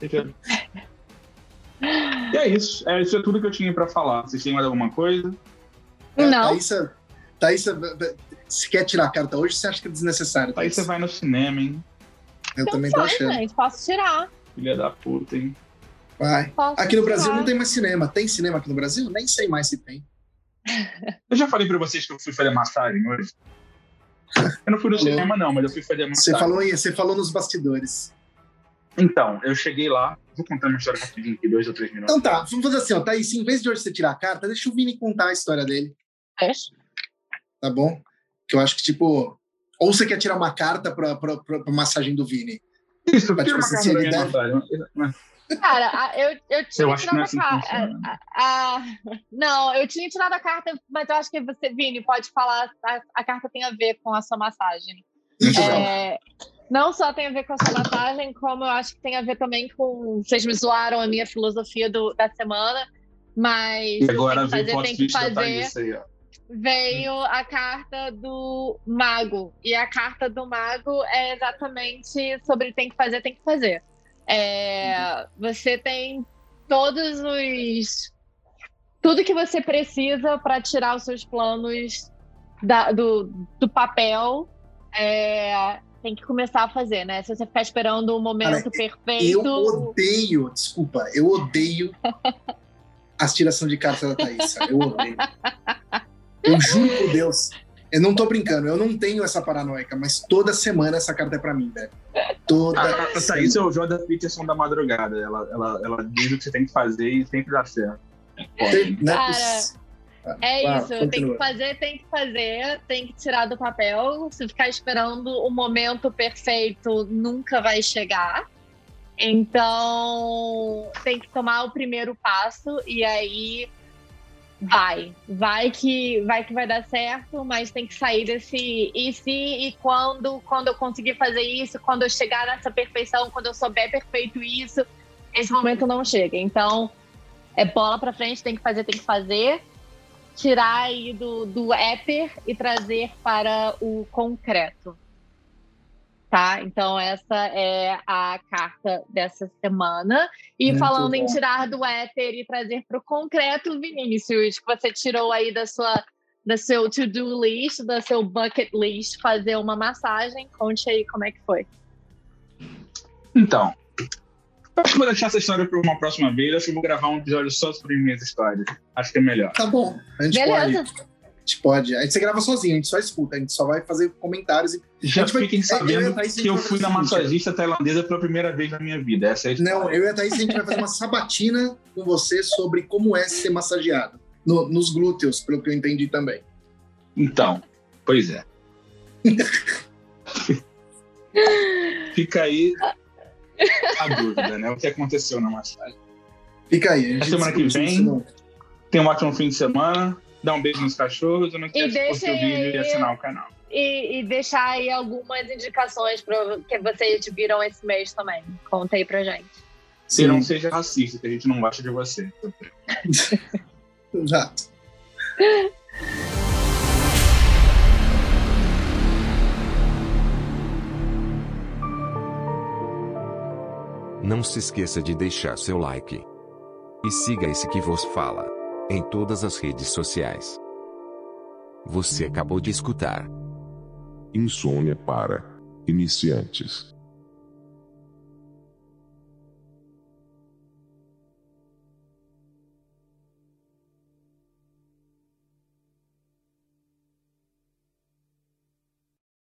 E é isso. Isso é tudo que eu tinha pra falar. Vocês têm mais alguma coisa? Não. Thaísa, se quer tirar a carta hoje, você acha que é desnecessário? Aí você vai no cinema, hein? Eu Então também tô achando. gente, posso tirar. Filha da puta, hein? Vai. Posso Aqui no Brasil tirar. não tem mais cinema. Tem cinema aqui no Brasil? Nem sei mais se tem. Eu já falei pra vocês que eu fui fazer massagem hoje. Eu não fui no cinema não, mas eu fui fazer massagem. Você falou nos bastidores. Então, eu cheguei lá, vou contar uma história rapidinho aqui, 2 ou 3 minutos. Então tá, vamos fazer assim, ó, Thaís, em vez de hoje você tirar a carta, deixa o Vini contar a história dele, tá bom? Que eu acho que, tipo, ou você quer tirar uma carta pra massagem do Vini? Isso, Pra, tira tipo, uma assim, carta da ele minha deve- massagem. Cara, eu tinha Eu acho que não é tirado assim a que carta. funciona. Não, eu tinha tirado a carta, mas eu acho que você, Vini, pode falar. A carta tem a ver com a sua massagem. Muito bom. Não só tem a ver com a sua massagem, como eu acho que tem a ver também com. Vocês me zoaram a minha filosofia da semana, mas. E agora tem que vem o fazer, tem que plot twist da fazer. Thaís aí, ó. Veio a carta do mago. E a carta do mago é exatamente sobre tem que fazer, tem que fazer. Você tem tudo que você precisa para tirar os seus planos do papel. Tem que começar a fazer, né? Se você ficar esperando o momento perfeito. Eu odeio as tiração de carta da Thaís. Eu odeio. Eu juro por Deus. Eu não tô brincando, eu não tenho essa paranoica, mas toda semana essa carta é pra mim, velho. A Thaís é o Jordan Peterson da madrugada. Ela diz o que você tem que fazer e sempre dá certo. Isso, tem que fazer, tem que tirar do papel. Se ficar esperando o momento perfeito, nunca vai chegar. Então, tem que tomar o primeiro passo e aí vai que vai dar certo, mas tem que sair desse e se e quando eu conseguir fazer isso, quando eu chegar nessa perfeição, quando eu souber perfeito isso, esse momento não chega. Então, é bola pra frente, tem que fazer, tirar aí do éter e trazer para o concreto. Tá? Então, essa é a carta dessa semana. E muito falando bom. em tirar do éter e trazer para o concreto, Vinícius, que você tirou aí da seu to-do list, da seu bucket list, fazer uma massagem. Conte aí como é que foi. Então, eu acho que vou deixar essa história para uma próxima vez. Acho que eu vou gravar um episódio só sobre minhas histórias. Acho que é melhor. Tá bom, a gente Beleza. pode. A gente você grava sozinho, a gente só escuta, a gente só vai fazer comentários. Já fiquem eu e sabendo a Thaís, a gente que eu vai fui fazer na o seguinte, massagista tailandesa pela primeira vez na minha vida. Essa é a história. Não, eu e a Thaís, a gente vai fazer uma sabatina com você sobre como é ser massageado. Nos glúteos, pelo que eu entendi também. Então, pois é. Fica aí a dúvida, né? O que aconteceu na massagem. Fica aí. A semana que vem, tenha um ótimo fim de semana. Dá um beijo nos cachorros. Eu não esquece de curtir o vídeo e assinar o canal. E deixar aí algumas indicações que vocês viram esse mês também. Conta aí pra gente. Se não seja racista, que a gente não gosta de você. Exato. Não se esqueça de deixar seu like. E siga esse que vos fala em todas as redes sociais. Você acabou de escutar Insônia para iniciantes.